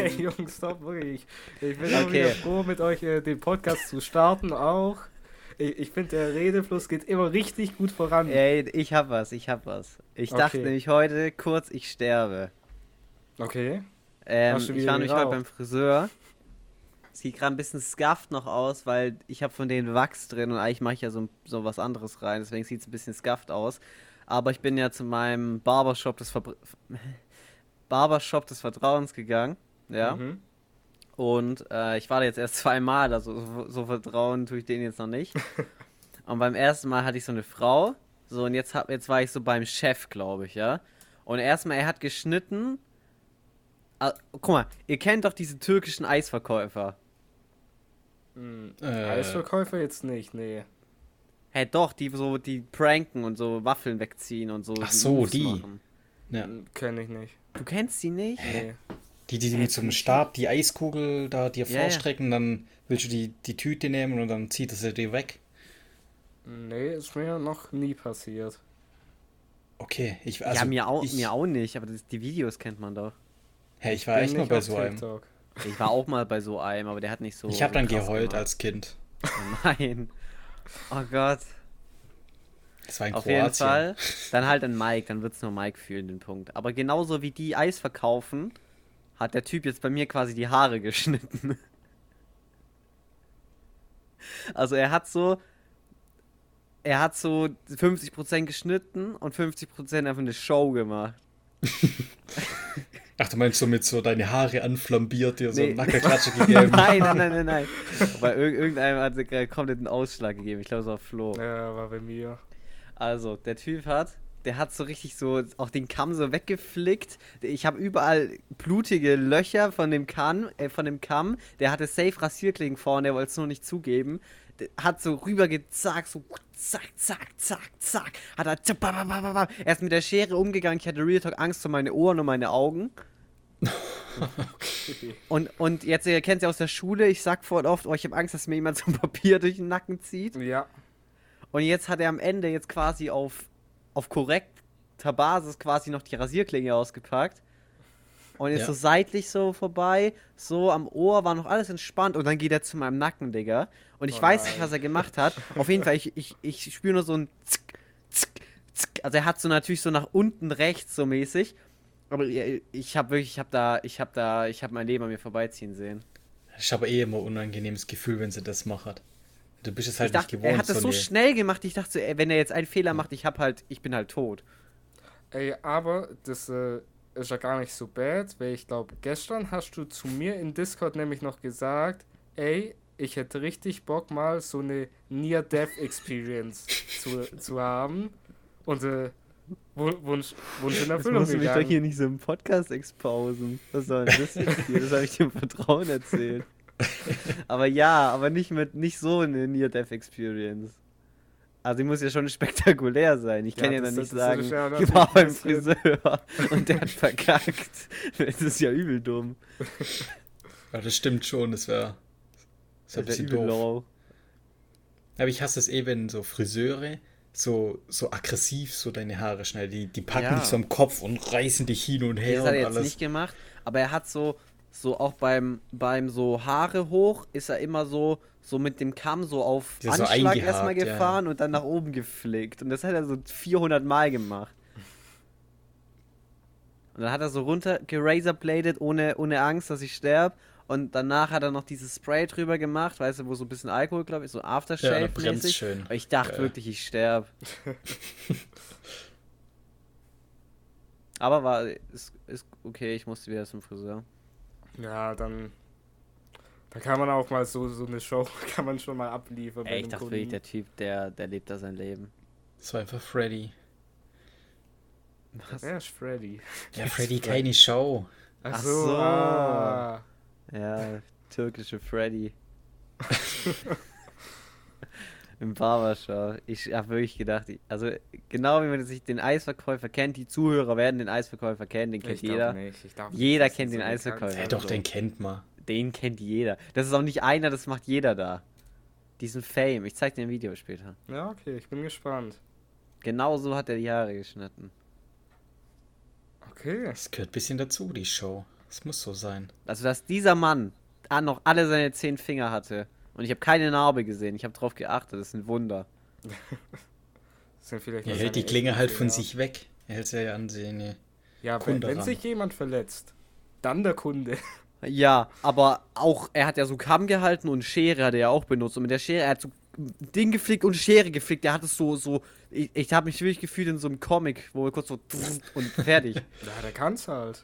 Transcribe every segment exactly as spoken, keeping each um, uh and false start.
Okay, Jungs, stopp, wirklich. Ich bin Okay. auch wieder froh, mit euch äh, den Podcast zu starten auch. Ich, ich finde, der Redefluss geht immer richtig gut voran. Ey, ich hab was, ich hab was. Ich dachte Okay. nämlich heute kurz, ich sterbe. Okay. Ähm, Hast du ich wieder war nämlich heute geraucht? beim Friseur. Sieht gerade ein bisschen scuffed noch aus, weil ich habe von denen Wachs drin und eigentlich mache ich ja so, so was anderes rein. Deswegen sieht es ein bisschen scuffed aus. Aber ich bin ja zu meinem Barbershop des, Verbr Barbershop des Vertrauens gegangen. Ja. Mhm. Und äh, ich war da jetzt erst zweimal, also so, so vertrauen tue ich denen jetzt noch nicht. Und beim ersten Mal hatte ich so eine Frau. So, und jetzt, hab, jetzt war ich so beim Chef, glaube ich, ja. Und erstmal, er hat geschnitten. Ah, guck mal, ihr kennt doch diese türkischen Eisverkäufer. Hm, Äh. Eisverkäufer jetzt nicht, nee. Hä, doch, die so, die pranken und so Waffeln wegziehen und so. Ach so, Moves die. machen. Ja. Hm, Kenn ich nicht. Du kennst die nicht? Nee. Die, die, die mit so einem Stab die Eiskugel da dir Ja, ja. vorstrecken, dann willst du die, die Tüte nehmen und dann zieht er sie dir weg. Nee, ist mir noch nie passiert. Okay, ich also ja, mir auch, ich, mir auch nicht, aber das, die Videos kennt man doch. Hä, ich war Bin echt mal nicht bei auf so einem. TikTok. Ich war auch mal bei so einem, aber der hat nicht so. Ich habe so dann krass geheult gemacht. als Kind. Oh nein. Oh Gott. Das war in Auf Kroatien. jeden Fall. Dann halt ein Mike, dann wird's nur Mike fühlen, den Punkt. Aber genauso wie die Eis verkaufen, hat der Typ jetzt bei mir quasi die Haare geschnitten. Also er hat so, er hat so fünfzig Prozent geschnitten und fünfzig Prozent einfach eine Show gemacht. Ach, du meinst so mit so deine Haare anflambiert, dir so Nee. einen Nackerklatscher gegeben? Nein, nein, nein, nein, nein. Bei irg irgendeinem hat sie gerade komplett einen Ausschlag gegeben. Ich glaube, es war Flo. Ja, war bei mir. Also, der Typ hat, der hat so richtig so auch den Kamm so weggeflickt. Ich habe überall blutige Löcher von dem Kamm, äh, von dem Kamm. Der hatte safe Rasierklingen vorne, der wollte es nur nicht zugeben. Der hat so rübergezackt, so zack, zack, zack, zack. Hat er zack, bam, bam, bam, bam. Er ist mit der Schere umgegangen. Ich hatte Real Talk Angst um meine Ohren und meine Augen. Und, und jetzt, ihr kennt sie aus der Schule, ich sag voll oft, oh, ich habe Angst, dass mir jemand so ein Papier durch den Nacken zieht. Ja. Und jetzt hat er am Ende jetzt quasi auf, auf korrekter Basis quasi noch die Rasierklinge ausgepackt. Und ist Ja. so seitlich so vorbei, so am Ohr war noch alles entspannt und dann geht er zu meinem Nacken, Digga. Und ich Oh weiß nein. nicht, was er gemacht hat. Auf jeden Fall, ich, ich, ich spüre nur so ein Zick, Zick, Zick. Also er hat so natürlich so nach unten rechts so mäßig. Aber ich, ich habe wirklich, ich habe da, ich habe da, ich habe mein Leben an mir vorbeiziehen sehen. Ich habe eh immer ein unangenehmes Gefühl, wenn sie das macht. Du bist es halt Ich dachte, nicht gewohnt. er hat das so eine- schnell gemacht, ich dachte so, ey, wenn er jetzt einen Fehler macht, ich hab halt, ich bin halt tot. Ey, aber das äh, ist ja gar nicht so bad, weil ich glaube, gestern hast du zu mir in Discord nämlich noch gesagt, ey, ich hätte richtig Bock mal so eine Near-Death-Experience zu, zu haben. Und äh, Wu- Wunsch, Wunsch in Erfüllung gegangen. nicht so im Podcast exposen. Was soll denn das jetzt hier? Das habe ich dir im Vertrauen erzählt. Aber ja, aber nicht mit, nicht so eine Near-Death-Experience. Also die muss ja schon spektakulär sein. Ich Ja, kann ja, das- dann nicht das sagen, ist ja ich natürlich war beim ein bisschen- Friseur und der hat verkackt. Das ist ja übel dumm. Ja, das stimmt schon, das wäre Das das wär ein ist bisschen ja übel doof. low. Aber ich hasse es eh, wenn so Friseure so, so aggressiv so deine Haare schneiden. Die, die packen Ja. dich so am Kopf und reißen dich hin und her Das hat er und jetzt alles. nicht gemacht, aber er hat so, so auch beim, beim so Haare hoch, ist er immer so, so mit dem Kamm so auf Ja, so Anschlag erstmal eingehakt, ja. gefahren und dann nach oben geflickt. Und das hat er so vierhundert Mal gemacht. Und dann hat er so runter gerazorbladet, ohne, ohne Angst, dass ich sterbe. Und danach hat er noch dieses Spray drüber gemacht, weißt du, wo so ein bisschen Alkohol, glaube ich, so Ja, da brennt's Aftershave-mäßig. schön. Und ich dachte Geil. wirklich, ich sterbe. Aber war, ist, ist okay, ich musste wieder zum Friseur. Ja, dann, dann kann man auch mal so, so eine Show, kann man schon mal abliefern. bei Ey, ich einem dachte Kunden. wirklich, der Typ, der, der lebt da sein Leben. Das war einfach Freddy. Was? Ja, ist Freddy. Ja, Freddy, keine Show. Ach Ach so. so. Ah. Ja, türkische Freddy. Im Barbershop. Ich habe wirklich gedacht, ich, also genau wie man sich den Eisverkäufer kennt, die Zuhörer werden den Eisverkäufer kennen, den kennt Ich glaub jeder. nicht, ich glaub Jeder nicht, dass kennt die den so Eisverkäufer. bekannt Ja, sind. doch, so. den kennt man. Den kennt jeder. Das ist auch nicht einer, das macht jeder da. Diesen Fame. Ich zeig dir ein Video später. Ja, okay, ich bin gespannt. Genau so hat er die Haare geschnitten. Okay. Das gehört ein bisschen dazu, die Show. Das muss so sein. Also, dass dieser Mann ah, noch alle seine zehn Finger hatte. Und ich habe keine Narbe gesehen. Ich habe drauf geachtet. Das ist ein Wunder. Das sind vielleicht Er nur hält die seine Klinge echten halt von Finger. sich weg. Er hält sie ja an seine Ja, wenn, Kunde wenn ran. sich jemand verletzt, dann der Kunde. Ja, aber auch, er hat ja so Kamm gehalten und Schere hat er ja auch benutzt. Und mit der Schere, er hat so Ding geflickt und Schere geflickt. Der hat es so, so, ich, ich habe mich wirklich gefühlt in so einem Comic, wo wir kurz so und fertig. Ja, der kann's halt.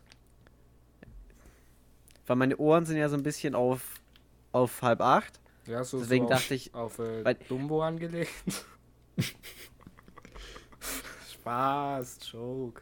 Weil meine Ohren sind ja so ein bisschen auf, auf halb acht. Ja, so, Deswegen so auf, dachte ich, auf äh, weil- Dumbo angelegt. Spaß, Joke.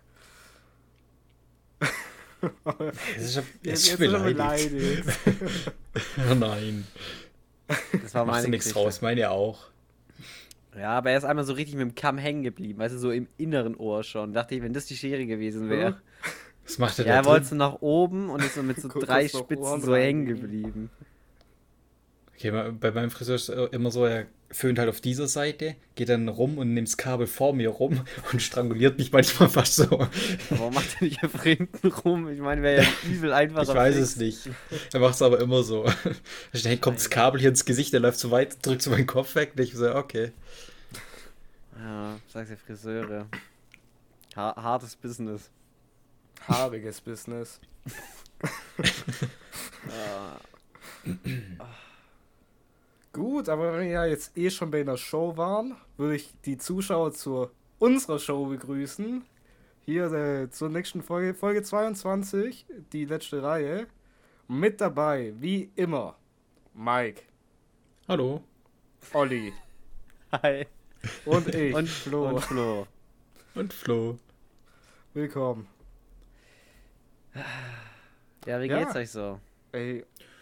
Das ist, ja- Jetzt, er ist jetzt ist er beleidigt. beleidigt. Oh nein. Das war Machst meine du nichts Geschichte. raus, meine auch. Ja, aber er ist einmal so richtig mit dem Kamm hängen geblieben, weißt du, so im inneren Ohr schon. Dachte ich, wenn das die Schere gewesen wäre. Was macht er Ja, da er drin? wollte so nach oben und ist so mit so Guck, drei hast doch Spitzen Ohren so hängen reingehen. geblieben. Okay, ma- bei meinem Friseur ist es immer so, er föhnt halt auf dieser Seite, geht dann rum und nimmt das Kabel vor mir rum und stranguliert mich manchmal fast so. Warum macht er nicht einfach hinten rum? Ich meine, wäre ja übel einfacher. Ich weiß Fix. es nicht. Er macht es aber immer so. Dann kommt das Kabel hier ins Gesicht, er läuft so weit, drückt so meinen Kopf weg und ich so, okay. Ja, sagst du Friseure. Ha hartes Business. Haariges Business. Ja. Gut, aber wenn wir ja jetzt eh schon bei einer Show waren, würde ich die Zuschauer zu unserer Show begrüßen. Hier äh, zur nächsten Folge, Folge zweiundzwanzig, die letzte Reihe. Mit dabei, wie immer, Mike, Hallo. Olli Hi. und ich, Und Flo. Und Flo. Und Flo. Willkommen. Ja, wie Ja. geht's euch so? Ey.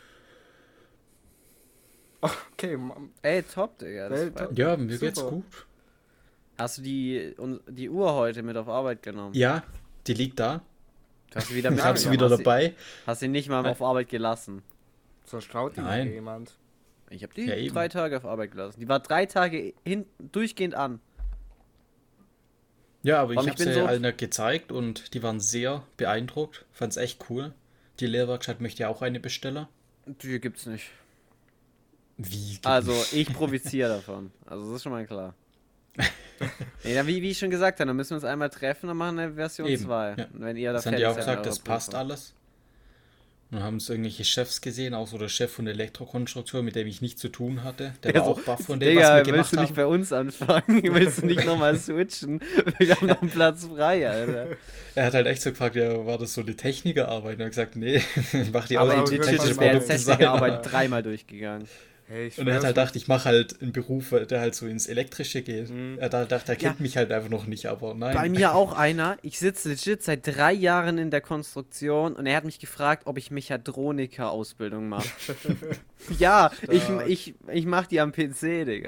Okay, Mann. Ey, top, Digga. Das Welt- freut- Ja, mir Super. geht's gut. Hast du die, un- die Uhr heute mit auf Arbeit genommen? Ja, die liegt da. Du hast sie wieder Ich hab sie mitgenommen. wieder hast sie- dabei. Hast sie nicht mal auf Arbeit gelassen? Sonst schaut die noch Nein. jemand. Ich habe die Ja, eben. drei Tage auf Arbeit gelassen. Die war drei Tage hin, durchgehend an. Ja, aber Warum, ich ich habe bin sie so- allen gezeigt und die waren sehr beeindruckt. Fand's echt cool. Die Lehrwerkstatt möchte ja auch eine bestellen. Die gibt's nicht. Wie? Also, ich profitiere davon. Also, das ist schon mal klar. Nee, dann, wie, wie ich schon gesagt habe, dann müssen wir uns einmal treffen und machen eine Version Eben, zwei. ja. Wenn ihr da Das haben die auch seid mit gesagt, das eurer passt Prüfung. alles. Und dann haben es irgendwelche Chefs gesehen, auch so der Chef von der Elektrokonstruktion, mit dem ich nichts zu tun hatte. Der Der war so, auch baff von dem, Digga, was wir willst gemacht du nicht haben. bei uns anfangen? Willst du nicht nochmal switchen? Wir haben noch einen Platz frei, Alter. Er hat halt echt so gefragt, ja, war das so eine Technikerarbeit? Und er hat gesagt, nee, ich mach die Aber auch legit als legit technische ist wäre Produktdesigner. Technikerarbeit dreimal durchgegangen. Hey, ich Und er hat schwör's halt mir. gedacht, ich mache halt einen Beruf, der halt so ins Elektrische geht. Mhm. Er hat halt gedacht, er kennt Ja. mich halt einfach noch nicht, aber nein. Bei mir auch einer. Ich sitze legit seit drei Jahren in der Konstruktion und er hat mich gefragt, ob ich Mechatroniker-Ausbildung mache. Ja, ich, ich, ich mach die am P C, Digga.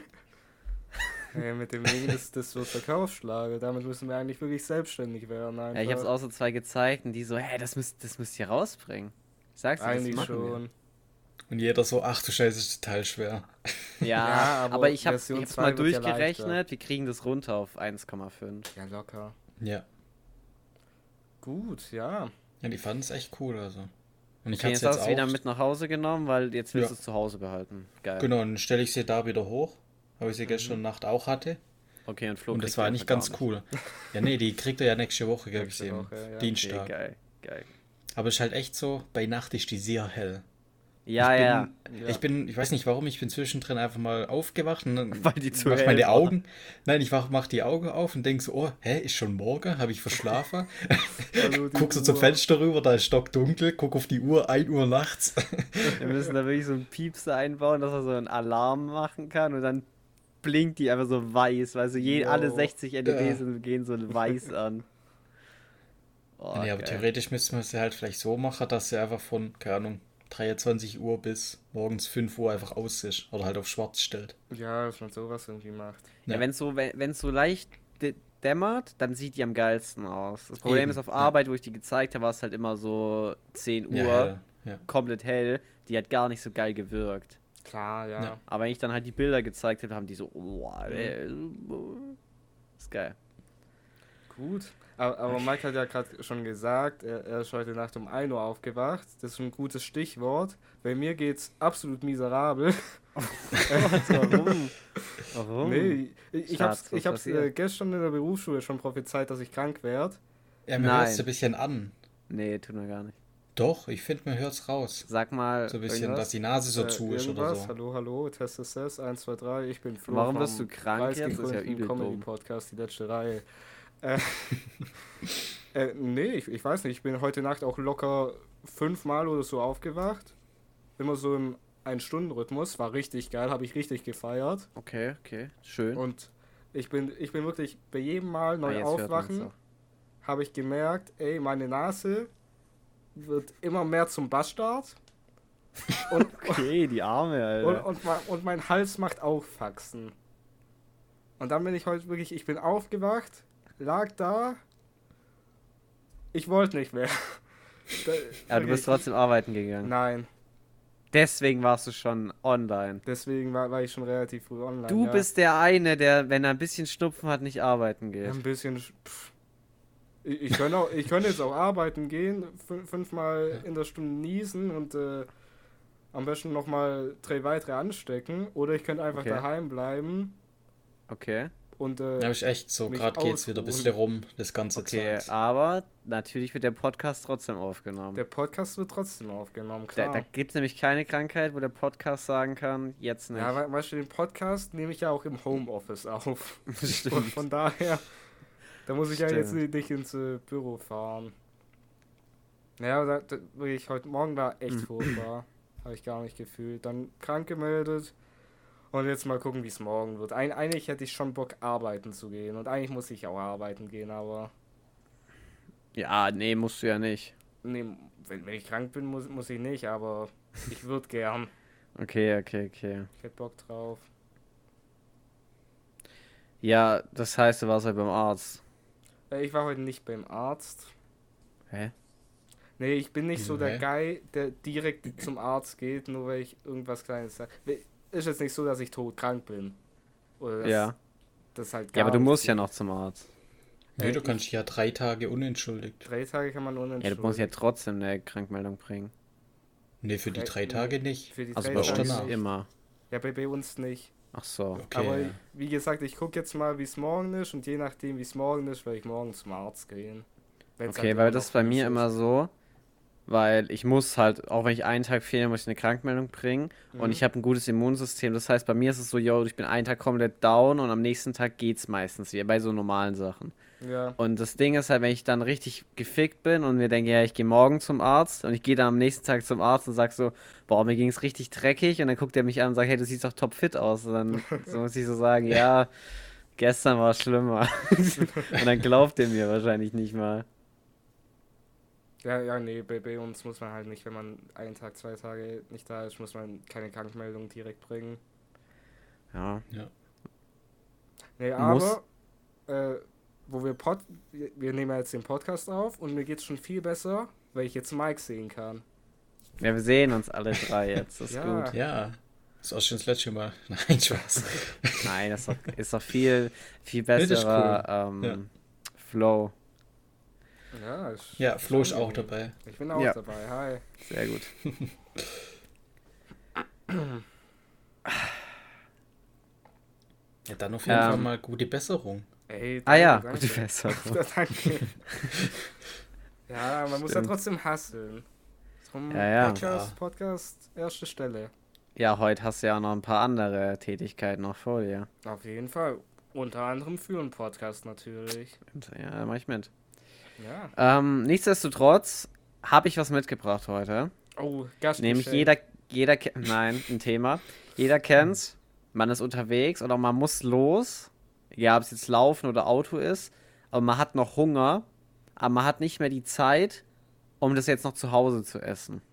Hey, mit dem Ding, das, das wird Verkaufsschlager. Damit müssen wir eigentlich wirklich selbstständig werden. Einfach. Ja, ich hab's auch so zwei gezeigt und die so, hey, das müsst, das müsst ihr rausbringen. Ich sag's dir, das Eigentlich machen schon. Und jeder so, ach du Scheiße, ist total schwer. wir. Ja, Ja, aber aber, ich, hab, ich Version hab's zwei mal wird ja durchgerechnet, leichter. wir kriegen das runter auf eins Komma fünf. Ja, locker. Ja. Gut, ja. Ja, die fanden es echt cool, also. Und ich Okay, hatte jetzt es hast jetzt du es auch. wieder mit nach Hause genommen, weil jetzt willst Ja. du es zu Hause behalten. Geil. Genau, dann stelle ich sie da wieder hoch, weil ich sie Mhm. gestern Nacht auch hatte. Okay, und Flo Und kriegt das war die eigentlich einfach ganz gar cool. Ja, nee, die kriegt er ja nächste Woche, glaube ich, Nächste im Woche, ja. nicht. Dienstag. Okay, geil, geil. Aber es ist halt echt so, bei Nacht ist die sehr hell. Ja, ich bin, ja. Ja. Ich bin, ich weiß nicht warum, ich bin zwischendrin einfach mal aufgewacht und dann Weil die zu mach hell meine war. Augen. Nein, ich mach, mach die Augen auf und denk so, oh, hä, ist schon morgen? Habe ich verschlafen? Hallo, die Guck so zum Uhr. Fenster rüber, da ist stockdunkel, guck auf die Uhr, ein Uhr nachts. Wir müssen da wirklich so einen Piepser einbauen, dass er so einen Alarm machen kann und dann blinkt die einfach so weiß, weil so je, Jo. alle sechzig L E Ds Ja. sind- gehen so weiß an. Oh, nee, aber geil. theoretisch müssten wir es ja halt vielleicht so machen, dass sie einfach von, keine Ahnung, dreiundzwanzig Uhr bis morgens fünf Uhr einfach aus ist. Oder halt auf schwarz stellt. Ja, dass man sowas irgendwie macht. Ja, Ja. wenn es so, wenn wenn's so leicht d- dämmert, dann sieht die am geilsten aus. Das Problem Eben, ist, auf ja. Arbeit, wo ich die gezeigt habe, war es halt immer so zehn Uhr, Ja, hell, ja. komplett hell. Die hat gar nicht so geil gewirkt. Klar, ja. Ja. Aber wenn ich dann halt die Bilder gezeigt habe, haben die so, oh, Mhm. ey, ist geil. Gut. Aber, aber Mike hat ja gerade schon gesagt, er, er ist heute Nacht um ein Uhr aufgewacht. Das ist ein gutes Stichwort. Bei mir geht's absolut miserabel. Warum? Warum? Nee, ich, ich Schatz, hab's, was ich hab's äh, passiert? gestern in der Berufsschule schon prophezeit, dass ich krank werde. Ja, mir Nein. hört es ein bisschen an. Nee, tut mir gar nicht. Doch, ich finde, man hört es raus. Sag mal So ein bisschen, irgendwas. dass die Nase so Äh, zu ist oder irgendwas. so. Hallo, hallo, Test, Test, Test, eins, zwei, drei, ich bin Flo Warum vom wirst du krank jetzt? Das ist ja übel dumm. Comedy-Podcast, die letzte Reihe. Äh, äh, nee, ich, ich weiß nicht, ich bin heute Nacht auch locker fünfmal oder so aufgewacht. Immer so im Ein-Stunden-Rhythmus, war richtig geil, habe ich richtig gefeiert. Okay, okay, schön. Und ich bin, ich bin wirklich bei jedem Mal neu Ah, jetzt hört man's aufwachen, auch. habe ich gemerkt, ey, meine Nase wird immer mehr zum Bastard. Und, Okay, die Arme, Alter. und, und, mein- und mein Hals macht auch Faxen. Und dann bin ich heute wirklich, ich bin aufgewacht, lag da, ich wollte nicht mehr. Da, Aber du bist trotzdem arbeiten gegangen. Nein, Deswegen warst du schon online. deswegen war, war ich schon relativ früh online. Du ja. bist der eine, der, wenn er ein bisschen Schnupfen hat, nicht arbeiten Ja, geht. ein bisschen. sch- Pff. Ich, ich könnte auch, ich könnte jetzt auch arbeiten gehen, fün- fünfmal in der Stunde niesen und äh, am besten nochmal drei weitere anstecken. Oder ich könnte einfach Okay. daheim bleiben Okay. und äh, Ja, ist echt so. mich Gerade geht's wieder ein bisschen rum, das ganze Okay, Zeit. aber natürlich wird der Podcast trotzdem aufgenommen. der Podcast wird trotzdem aufgenommen, Da, klar. da gibt es nämlich keine Krankheit, wo der Podcast sagen kann, jetzt nicht. Ja, we- weißt du, den Podcast nehme ich ja auch im Homeoffice auf. Von, Stimmt. von daher, da muss ich ja jetzt Stimmt. nicht ins äh, Büro fahren. Naja, da, da, wirklich, heute Morgen war echt furchtbar. Habe ich gar nicht gefühlt. Dann krank gemeldet. Und jetzt mal gucken, wie es morgen wird. Eig eigentlich hätte ich schon Bock, arbeiten zu gehen. Und eigentlich muss ich auch arbeiten gehen, aber Ja, nee, musst du ja nicht. nee, wenn, wenn ich krank bin, muss, muss ich nicht. Aber ich würde gern. Okay, okay, okay. Ich hätte Bock drauf. Ja, das heißt, du warst halt beim Arzt. Äh, Ich war heute nicht beim Arzt. Hä? Nee, ich bin nicht so Wieso, der hä? Guy, der direkt zum Arzt geht, nur weil ich irgendwas Kleines sage. Ist jetzt nicht so, dass ich todkrank bin. Oder dass Ja. das halt Ja, gar aber du nicht musst geht. ja noch zum Arzt. Nee, Äh, du kannst ja drei Tage unentschuldigt. Drei Tage kann man Ja, unentschuldigt. du musst ja trotzdem eine Krankmeldung bringen. Nee, für die Drei- drei Tage nicht. Für die Also drei bei Tage uns danach. nicht. immer. Ja, bei, bei uns nicht. Ach so. Okay. Aber ja. wie gesagt, ich gucke jetzt mal, wie es morgen ist und je nachdem, wie es morgen ist, werde ich morgen zum Arzt gehen. Wenn's Okay, halt weil immer das noch ist bei mies mir ist. immer so, weil ich muss halt, auch wenn ich einen Tag fehle, muss ich eine Krankmeldung bringen und Mhm. ich habe ein gutes Immunsystem. Das heißt, bei mir ist es so, yo, ich bin einen Tag komplett down und am nächsten Tag geht's meistens wieder, bei so normalen Sachen. Ja, Und das Ding ist halt, wenn ich dann richtig gefickt bin und mir denke, ja, ich gehe morgen zum Arzt und ich gehe dann am nächsten Tag zum Arzt und sag so, boah, mir ging es richtig dreckig und dann guckt er mich an und sagt, hey, du siehst doch topfit aus. Und dann so muss ich so sagen, ja, gestern war es schlimmer. Und dann glaubt er mir wahrscheinlich nicht mal. ja, ja, nee, bei, bei uns muss man halt nicht, wenn man einen Tag, zwei Tage nicht da ist, muss man keine Krankmeldung direkt bringen. Ja. Nee, Muss- aber, äh, wo wir Pod, wir wir nehmen ja jetzt den Podcast auf und mir geht's schon viel besser, weil ich jetzt Mike sehen kann. Ja, wir sehen uns alle drei jetzt. Das ist Ja. gut. Ja, das ist auch schon das letzte Mal. Nein, Spaß. Nein, das ist doch, ist doch viel, viel das ist besserer ähm, Ja. Flow. Ja, ist Ja, Flo ist auch angenehm. dabei. Ich bin auch Ja. dabei, hi. Sehr gut. Ja, dann auf jeden Ähm. Fall mal gute Besserung. Ey, Ah ja, danke, gute danke. Besserung. Danke. Ja, man muss ja Stimmt. trotzdem hasseln. Drum Ja, ja. Podcast, Podcast, erste Stelle. Ja, heute hast du ja auch noch ein paar andere Tätigkeiten noch vor dir. Auf jeden Fall. Unter anderem für einen Podcast natürlich. Und, ja, da mach ich mit. Ja. Ähm, nichtsdestotrotz habe ich was mitgebracht heute. Oh, Gastgeschenk. Nämlich jeder, jeder, ke- nein, ein Thema. Jeder kennt's. Man ist unterwegs oder man muss los. Ja, ob es jetzt Laufen oder Auto ist. Aber man hat noch Hunger. Aber man hat nicht mehr die Zeit, um das jetzt noch zu Hause zu essen.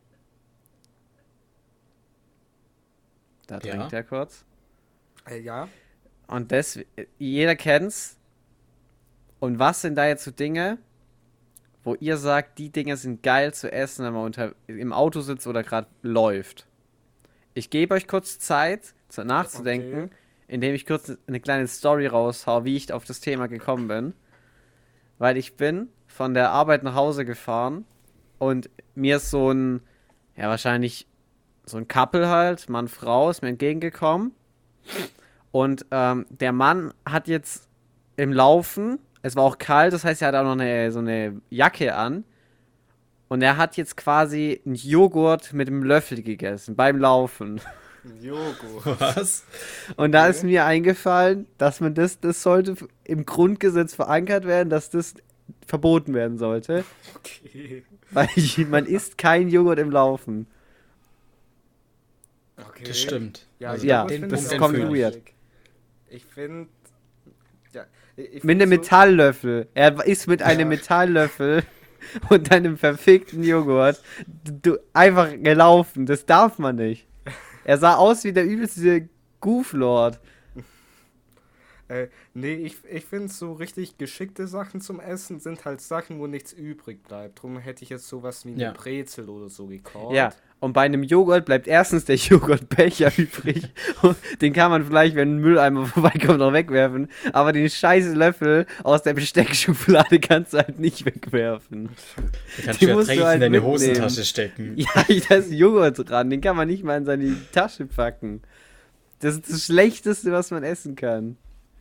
Da Ja. trinkt er kurz. Äh, ja. Und das, jeder kennt's. Und was sind da jetzt so Dinge, wo ihr sagt, die Dinge sind geil zu essen, wenn man unter, im Auto sitzt oder gerade läuft? Ich gebe euch kurz Zeit, zu, nachzudenken, Okay. indem ich kurz eine kleine Story raushau, wie ich auf das Thema gekommen bin. weil ich bin von der Arbeit nach Hause gefahren und mir ist so ein, ja wahrscheinlich so ein Couple halt, Mann, Frau, ist mir entgegengekommen und ähm, der Mann hat jetzt im Laufen, es war auch kalt, das heißt, er hat auch noch eine, so eine Jacke an und er hat jetzt quasi einen Joghurt mit einem Löffel gegessen beim Laufen. Joghurt. Was? Und da Okay. ist mir eingefallen, dass man das, das sollte im Grundgesetz verankert werden, dass das verboten werden sollte. Okay. Weil man isst kein Joghurt im Laufen. Okay. Das stimmt. Ja, Also ich ja, glaub, ich den find das auch kommt schwierig. weird. Ich finde. Ja, ich, ich Mit find einem so- Metalllöffel. Er isst mit einem Ja. Metalllöffel und einem verfickten Joghurt. Du, einfach gelaufen. Das darf man nicht. Er sah aus wie der übelste Gooflord. Äh, nee, ich, ich finde so richtig geschickte Sachen zum Essen sind halt Sachen, wo nichts übrig bleibt. Drum hätte ich jetzt sowas wie eine Ja. Brezel oder so gekauft. Ja, und bei einem Joghurt bleibt erstens der Joghurtbecher übrig. Und den kann man vielleicht, wenn ein Mülleimer vorbeikommt, noch wegwerfen. Aber den scheiß Löffel aus der Besteckschublade kannst du halt nicht wegwerfen. Du kannst Die ja musst du direkt halt in deine mitnehmen. Hosentasche stecken. Ja, da ist Joghurt dran. Den kann man nicht mal in seine Tasche packen. Das ist das Schlechteste, was man essen kann.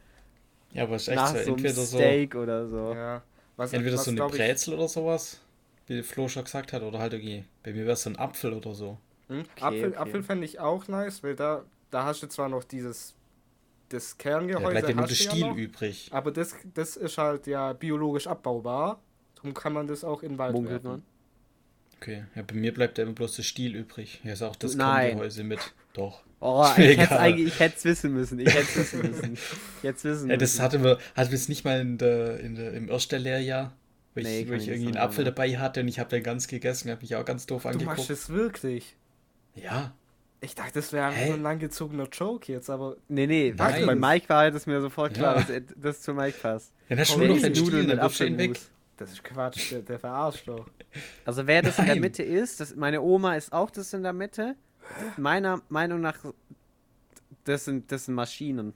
Ja, aber es ist echt Nach so, so einem entweder so, Steak oder so. Ja. Was, entweder was, so eine glaub ich- Brezel oder sowas, wie Flo schon gesagt hat, oder halt irgendwie, bei mir wäre es so ein Apfel oder so. Hm? Okay, Apfel, okay. Apfel fände ich auch nice, weil da, da hast du zwar noch dieses das Da Kerngehäuse, bleibt ja nur hast das du ja Stiel noch, übrig. aber das, das ist halt ja biologisch abbaubar. Darum kann man das auch in den Wald Munkelt werfen. man. Okay, ja, bei mir bleibt ja immer bloß das Stiel übrig. Hier ist auch das Nein. Kerngehäuse mit. Doch. Oh, Ist mir ich hätte egal. eigentlich, ich hätte es wissen müssen. Ich hätte es wissen müssen. Ich hätte es wissen Ja, das müssen. hatten wir, hatten wir es nicht mal in der, in der, im ersten Lehrjahr, wo Nee, ich, wo kann ich ich irgendwie nicht einen dran Apfel erinnern. dabei hatte und ich habe den ganz gegessen, habe mich auch ganz doof Du machst angeguckt. es wirklich. Ja, Ich dachte, das wäre Hä? nur ein langgezogener Joke jetzt, aber Nee, nee, Nein. bei Mike war das mir sofort klar, Ja. dass das zu Mike passt. dann hast du Oh, nur noch nee, den Stiel, Nudeln dann mit wirfst du ihn weg. Apfelmus. das ist Quatsch, der, der verarscht doch. Also wer das in der Nein. Mitte ist, das, meine Oma ist auch das in der Mitte. Meiner Meinung nach, das sind, das sind Maschinen.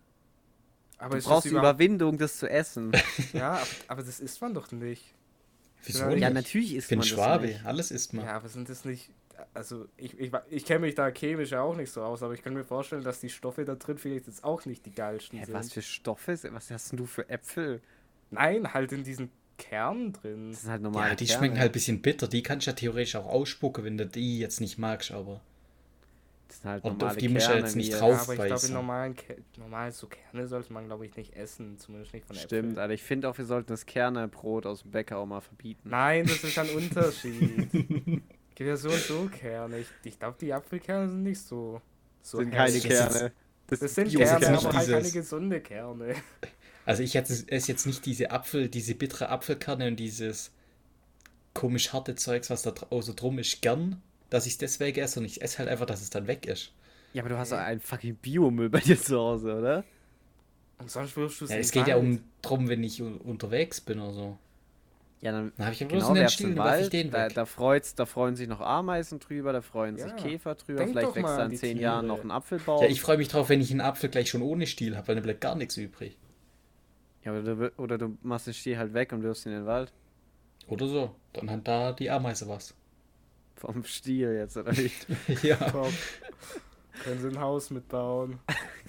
Aber Du ist brauchst das die überhaupt, Überwindung, das zu essen. ja, aber, aber das isst man doch nicht. Wieso Ja, nicht? Ja, natürlich isst Ich bin man das Schwabe, nicht. alles isst man. Ja, aber sind das nicht. Also, ich, ich, ich kenne mich da chemisch ja auch nicht so aus, aber ich kann mir vorstellen, dass die Stoffe da drin vielleicht jetzt auch nicht die geilsten Hä, sind. was für Stoffe? Was hast denn du für Äpfel? Nein, halt in diesen Kernen drin. Das sind halt normale Ja, die Kerne. schmecken halt ein bisschen bitter. Die kannst du ja theoretisch auch ausspucken, wenn du die jetzt nicht magst, aber. Das sind halt Und normale auf die musst du Kerne. jetzt nicht wie- drauf- Ja, aber ich glaube, in aufbeißen. normalen Ke normal so Kerne sollte man, glaube ich, nicht essen. Zumindest nicht von Stimmt, Äpfeln. Alter. Ich finde auch, wir sollten das Kernebrot aus dem Bäcker auch mal verbieten. Nein, das ist ein Unterschied. Gibt ja so und so Kerne. Ich, ich glaube, die Apfelkerne sind nicht so. so sind herrlich. keine Jetzt- Kerne. Das sind Bio- Kerne, jetzt nicht aber halt keine dieses- gesunde Kerne. Also ich esse esse jetzt nicht diese Apfel, diese bittere Apfelkerne und dieses komisch harte Zeugs, was da dr- außer drum ist, gern, dass ich es deswegen esse und ich esse halt einfach, dass es dann weg ist. Ja, aber du hast doch einen fucking Biomüll bei dir zu Hause, oder? Und sonst wirfst du es Ja, in es den geht ja Wald. um drum, wenn ich un unterwegs bin oder so. Ja, dann Dann habe ich ja bloß genau, in den werf's Stiel im und werf ich Wald. den Da, weg. da, freut's, da freuen sich noch Ameisen drüber, da freuen sich Ja. Käfer drüber. Denk Vielleicht doch wächst mal da an in die zehn Tiere. Jahren noch ein Apfelbaum. Ja, ich freue mich drauf, wenn ich einen Apfel gleich schon ohne Stiel habe, weil dann bleibt gar nichts übrig. Ja, oder, du, oder du machst den Stiel halt weg und wirfst ihn in den Wald. Oder so. Dann hat da die Ameise was. Vom Stiel jetzt, oder wie? Ja. Top. Können sie ein Haus mitbauen.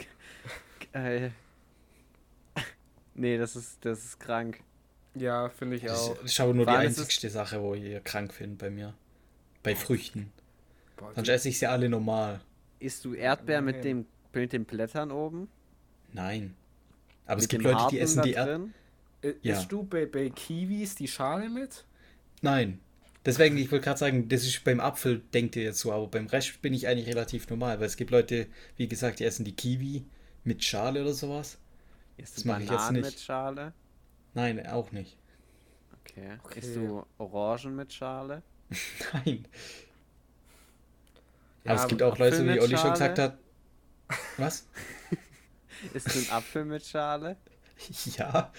Geil. Nee, das ist, das ist krank. Ja, finde ich Das auch. ist- das ist aber nur Vor die allem ist es- einzigste Sache, wo ich krank finde bei mir. Bei Früchten. Boah, Sonst esse ich sie alle normal. Isst du Erdbeer mit, Nein. dem, mit den Blättern oben? Nein. Aber mit es gibt dem Leute, die Harten essen da die Erdbeeren. drin? I- ja. Isst du bei, bei Kiwis die Schale mit? Nein. Deswegen, ich wollte gerade sagen, das ist beim Apfel, denkt ihr jetzt so, aber beim Rest bin ich eigentlich relativ normal, weil es gibt Leute, wie gesagt, die essen die Kiwi mit Schale oder sowas. Isst Das du mach ich jetzt Bananen nicht. mit Schale? Nein, auch nicht. Okay. Okay. Isst du Orangen mit Schale? Nein. Ja, aber es gibt aber auch Leute, Apfel wie mit Olli schon Schale? gesagt hat. Was? Isst du einen Apfel mit Schale? Ja.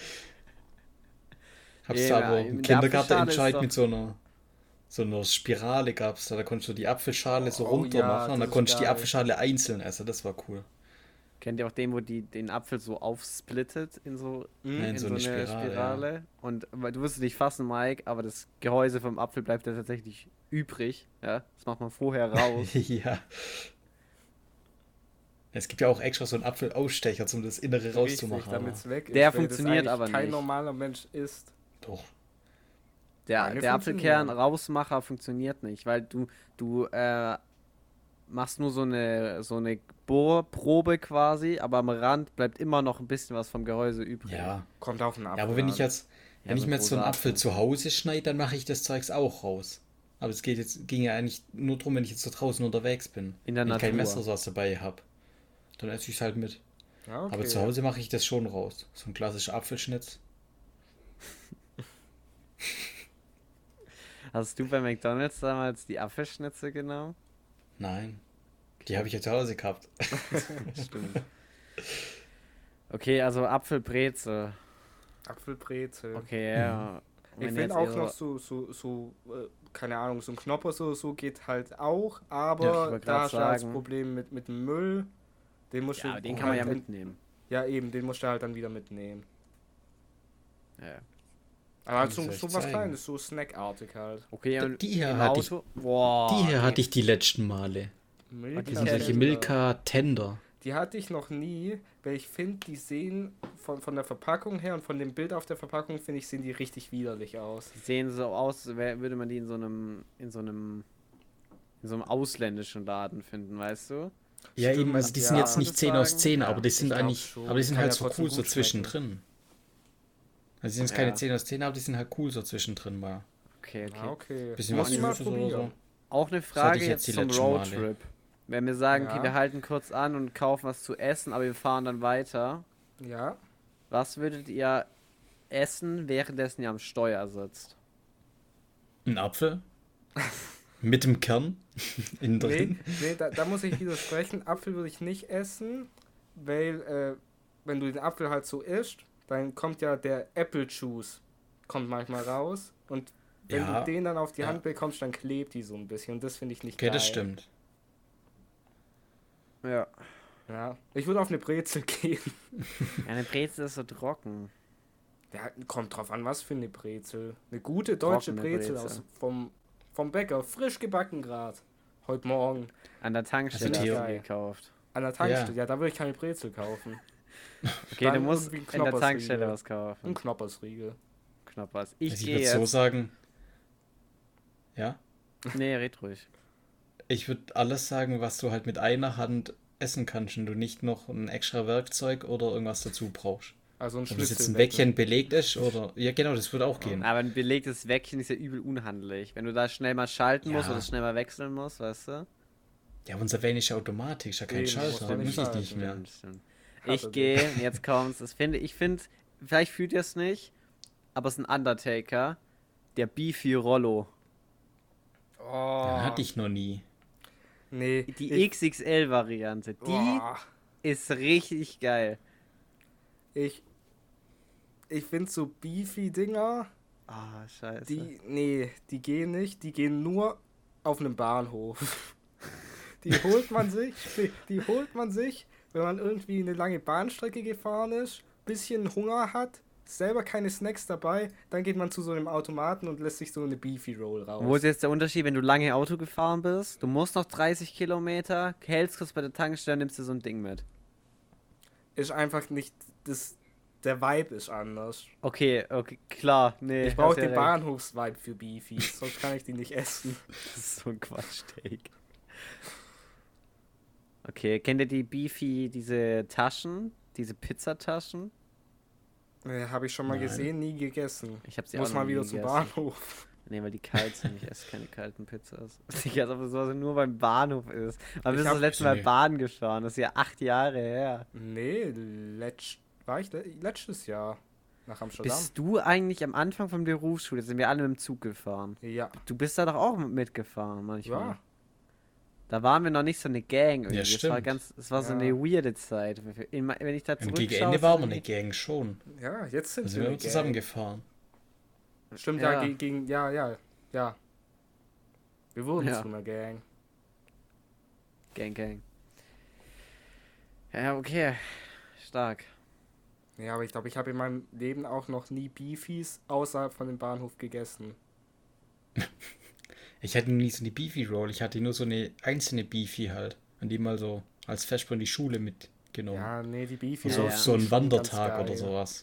Hab's Ja, da aber in im der Kindergarten Apfelschale ist entscheid doch- mit so einer so einer Spirale gab's da, da konntest du die Apfelschale so Oh runter ja, machen und das dann ist konntest du die geil. Apfelschale einzeln essen, das war cool. Kennt ihr auch den, wo die den Apfel so aufsplittet in so, Mhm. in so eine Spirale? Und weil du wirst es nicht fassen, Mike, aber das Gehäuse vom Apfel bleibt ja tatsächlich übrig. Ja, das macht man vorher raus. Ja. Es gibt ja auch extra so einen Apfelausstecher, um das Innere rauszumachen. Damit es weg ist. Der weil das funktioniert eigentlich aber kein nicht. normaler Mensch isst. Doch. Der, Meine der Apfelkern funktionieren. Rausmacher funktioniert nicht, weil du, du äh, machst nur so eine, so eine Bohrprobe quasi, aber am Rand bleibt immer noch ein bisschen was vom Gehäuse übrig. Ja. Kommt auf den Apfel Ja, aber wenn an. ich jetzt, Ja, wenn so ich ein mir jetzt so einen großer Apfel Apfel. zu Hause schneide, dann mache ich das Zeugs auch raus. Aber es geht jetzt, ging ja eigentlich nur drum, wenn ich jetzt so draußen unterwegs bin. In der wenn ich kein Natur. Messersatz dabei habe. Dann esse ich es halt mit. Ja, okay. Aber zu Hause mache ich das schon raus. So ein klassischer Apfelschnitz. Hast du bei McDonald's damals die Apfelschnitze genommen? Nein. Die habe ich ja zu Hause gehabt. Stimmt. Okay, also Apfelbrezel. Apfelbrezel. Okay, ja. Ich Wenn finde jetzt auch ihr- noch so, so, so, äh, keine Ahnung, so ein Knoppers oder so geht halt auch, Ja, ich aber wollte da grad hast du halt das sagen. Problem mit, mit dem Müll. Den musst Ja, du den kann man ja halt mitnehmen. Ja, eben, den musst du halt dann wieder mitnehmen. Ja. Aber halt Kann so, ich euch so was zeigen. Kleines, so snackartig halt. Okay, und Die hier im hatte ich- Auto? Boah, Die hier nee. hatte ich die letzten Male. Milka die Die sind sind solche Tender. Milka Tender. Die hatte ich noch nie, weil ich finde, die sehen von, von der Verpackung her und von dem Bild auf der Verpackung, finde ich, sehen die richtig widerlich aus. Die sehen so aus, als wär- würde man die in so einem, in so einem, in so einem ausländischen Laden finden, weißt du? Ja, Stimmt, eben, also die sind ja. jetzt nicht zehn aus zehn, Ja, aber die sind ich glaub eigentlich, schon. aber die sind Kann halt ja so trotzdem cool so gut schmecken. zwischendrin. Also die sind jetzt Ja. keine zehn aus zehn, aber die sind halt cool so zwischendrin mal. Okay, okay. Ah, okay. Bisschen Muss was ich mal Süßes oder probieren. Auch eine hatte Frage ich jetzt jetzt die zum letzten Male. Roadtrip. Wenn wir sagen, okay, Ja. wir halten kurz an und kaufen was zu essen, aber wir fahren dann weiter. Ja. Was würdet ihr essen, währenddessen ihr am Steuer sitzt? Ein Apfel mit dem Kern innen Nee, drin. nee da, da muss ich widersprechen. Apfel würde ich nicht essen, weil äh, wenn du den Apfel halt so isst, dann kommt ja der Apple Juice, kommt manchmal raus. Und wenn Ja, du den dann auf die ja. Hand bekommst, dann klebt die so ein bisschen. Und das finde ich nicht Okay, geil. das stimmt. Ja. Ja, ich würde auf eine Brezel gehen. Ja, eine Brezel ist so trocken. Ja, kommt drauf an, was für eine Brezel. Eine gute deutsche Trockene Brezel, Brezel. aus vom, vom Bäcker, frisch gebacken grad. Heute Morgen. An der Tankstelle Also hast du Theo- die gekauft. An der Tankstelle. Ja, da würde ich keine Brezel kaufen. Okay, Dann du musst irgendwie in der Knoppersriegel. Tankstelle was Ein kaufen. Knoppersriegel. Knoppers. Ich Also ich gehe würde jetzt. so sagen. Ja? Nee, red ruhig. Ich würde alles sagen, was du halt mit einer Hand essen kannst und du nicht noch ein extra Werkzeug oder irgendwas dazu brauchst. Also ein Ob das jetzt ein Schnitzel. Wäckchen belegt ist oder. Ja, genau, das würde auch gehen. Aber ein belegtes Wäckchen ist ja übel unhandlich. Wenn du da schnell mal schalten musst Ja. oder schnell mal wechseln musst, weißt du? Ja, unser Van ist ja Automatik, ist ja kein Eben, Schalter, muss man muss nicht ich nicht schalten. mehr. Stimmt, stimmt. Hat Ich er gehe, jetzt kommt's. Das finde ich, finde, vielleicht fühlt ihr es nicht, aber es ist ein Undertaker. Der Beefy Rollo. Oh, Den hatte ich noch nie. Nee. Die ich, X X L-Variante. Die oh, ist richtig geil. ich, ich finde so Beefy-Dinger, Ah, scheiße. die, nee, die gehen nicht. Die gehen nur auf einem Bahnhof. Die holt man sich, die, die holt man sich, wenn man irgendwie eine lange Bahnstrecke gefahren ist, bisschen Hunger hat, selber keine Snacks dabei, dann geht man zu so einem Automaten und lässt sich so eine Beefy Roll raus. Wo ist jetzt der Unterschied, wenn du lange Auto gefahren bist? Du musst noch dreißig Kilometer, hältst kurz bei der Tankstelle, nimmst dir so ein Ding mit. Ist einfach nicht, das, der Vibe ist anders. Okay, okay, klar, nee. Ich brauche hast ja den recht. Bahnhofsvibe für Beefy, sonst kann ich die nicht essen. Das ist so ein Quatschsteak. Okay, kennt ihr die Beefy, diese Taschen? Diese Pizzataschen? Nee, habe ich schon mal Nein. gesehen, nie gegessen. Ich hab sie Muss auch noch mal nie wieder zum gegessen. Bahnhof. Nee, weil die kalt sind. Ich esse keine kalten Pizzas. Ich esse aber sowas nur beim Bahnhof ist. Wann Ich bist du hab- das letzte Mal Nee. Bahn gefahren? Das ist ja acht Jahre her. Nee, letzt, war ich le letztes Jahr nach Amsterdam. Bist du eigentlich am Anfang von der Berufsschule, sind wir alle mit dem Zug gefahren. Ja. Du bist da doch auch mitgefahren manchmal. Ja. Da waren wir noch nicht so eine Gang irgendwie. Ja, Es war stimmt. ganz, es war so Ja. eine weirde Zeit. In- Wenn ich da Und zurückschaue. gegen Ende waren wir sind eine Gang schon. Ja, jetzt sind Da sind wir wir eine immer zusammen Gang. gefahren. Stimmt, ja, Ja. ge gegen, ja, ja, ja. Wir wurden Ja. zu einer Gang. Gang, Gang. Ja, okay. Stark. Ja, aber ich glaube, ich habe in meinem Leben auch noch nie Beefies außerhalb von dem Bahnhof gegessen. Ich hatte nie so eine Beefy Roll, ich hatte nur so eine einzelne Beefy halt. Und die mal so als Vesper in die Schule mitgenommen. Ja, nee, die Beefy Und so Ja, auf ja. so einen schon ganz Wandertag geil. oder sowas.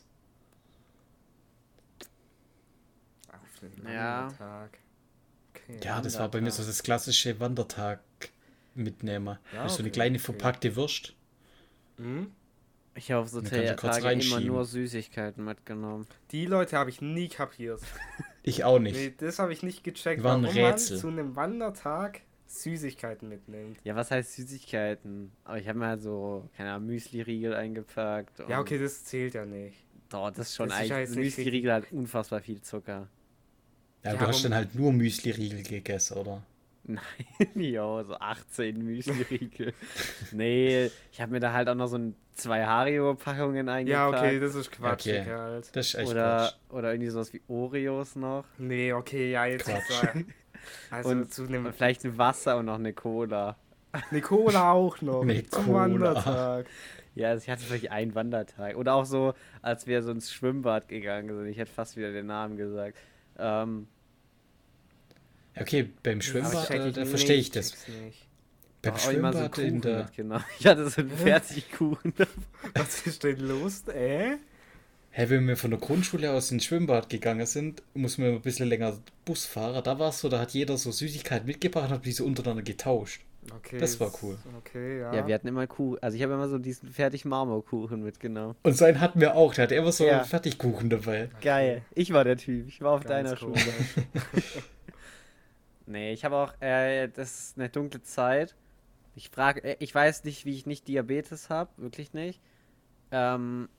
Auf den Ja. Wandertag. Okay. Ja, das war bei mir so das klassische Wandertag-Mitnehmer. Ja, Das ist so eine okay, kleine okay. verpackte Wurst. Hm? Ich habe auf so Dann kannst du kurz Tage immer reinschieben. nur Süßigkeiten mitgenommen. Die Leute habe ich nie kapiert. Ich auch nicht. Nee, das habe ich nicht gecheckt, War ein warum Rätsel. man zu einem Wandertag Süßigkeiten mitnimmt. Ja, was heißt Süßigkeiten? Aber ich habe mir halt so, keine Ahnung, Müsli-Riegel eingepackt. Ja, und- okay, das zählt ja nicht. Doch, das ist schon Das ist ja eigentlich. jetzt nicht Müsli-Riegel hat unfassbar viel Zucker. Ja, Ja, du hast aber- dann halt nur Müsli-Riegel gegessen, oder? Nein, jo, so achtzehn Müsli-Riegel. Nee, ich habe mir da halt auch noch so ein, zwei Hario-Packungen Ja, eingepackt. okay, das ist Quatsch, Okay. halt. Das ist echt oder, Quatsch. oder irgendwie sowas wie Oreos noch. Nee, okay, ja, jetzt Quatsch. ist er. Also Und- zu einem Und vielleicht ein Wasser und noch eine Cola. eine Cola auch noch. Eine zum Cola. Wandertag. Ja, also ich hatte vielleicht einen Wandertag. Oder auch so, als wir so ins Schwimmbad gegangen sind. Ich hätte fast wieder den Namen gesagt. Ähm, Okay, beim Aber Schwimmbad, check da, ich da nicht, verstehe ich das. check's nicht. Beim auch immer so Schwimmbad in Kuchen der... mitgenommen. Ich hatte so einen Fertigkuchen. Was ist denn los, äh? Hä, wenn wir von der Grundschule aus ins Schwimmbad gegangen sind, mussten wir ein bisschen länger Bus fahren. Da war es so, da hat jeder so Süßigkeiten mitgebracht und hat die so untereinander getauscht. Okay. Das war ist- cool. Okay, ja. Ja, wir hatten immer Kuchen. Also ich habe immer so diesen Fertig-Marmorkuchen mitgenommen. Und so einen hatten wir auch, der hatte immer so Ja. einen Fertigkuchen dabei. Geil. Ich war der Typ. Ich war auf Ganz deiner komisch. Schule. Nee, ich habe auch, äh, das ist eine dunkle Zeit. Ich frage, äh, ich weiß nicht, wie ich nicht Diabetes habe, wirklich nicht. Ähm,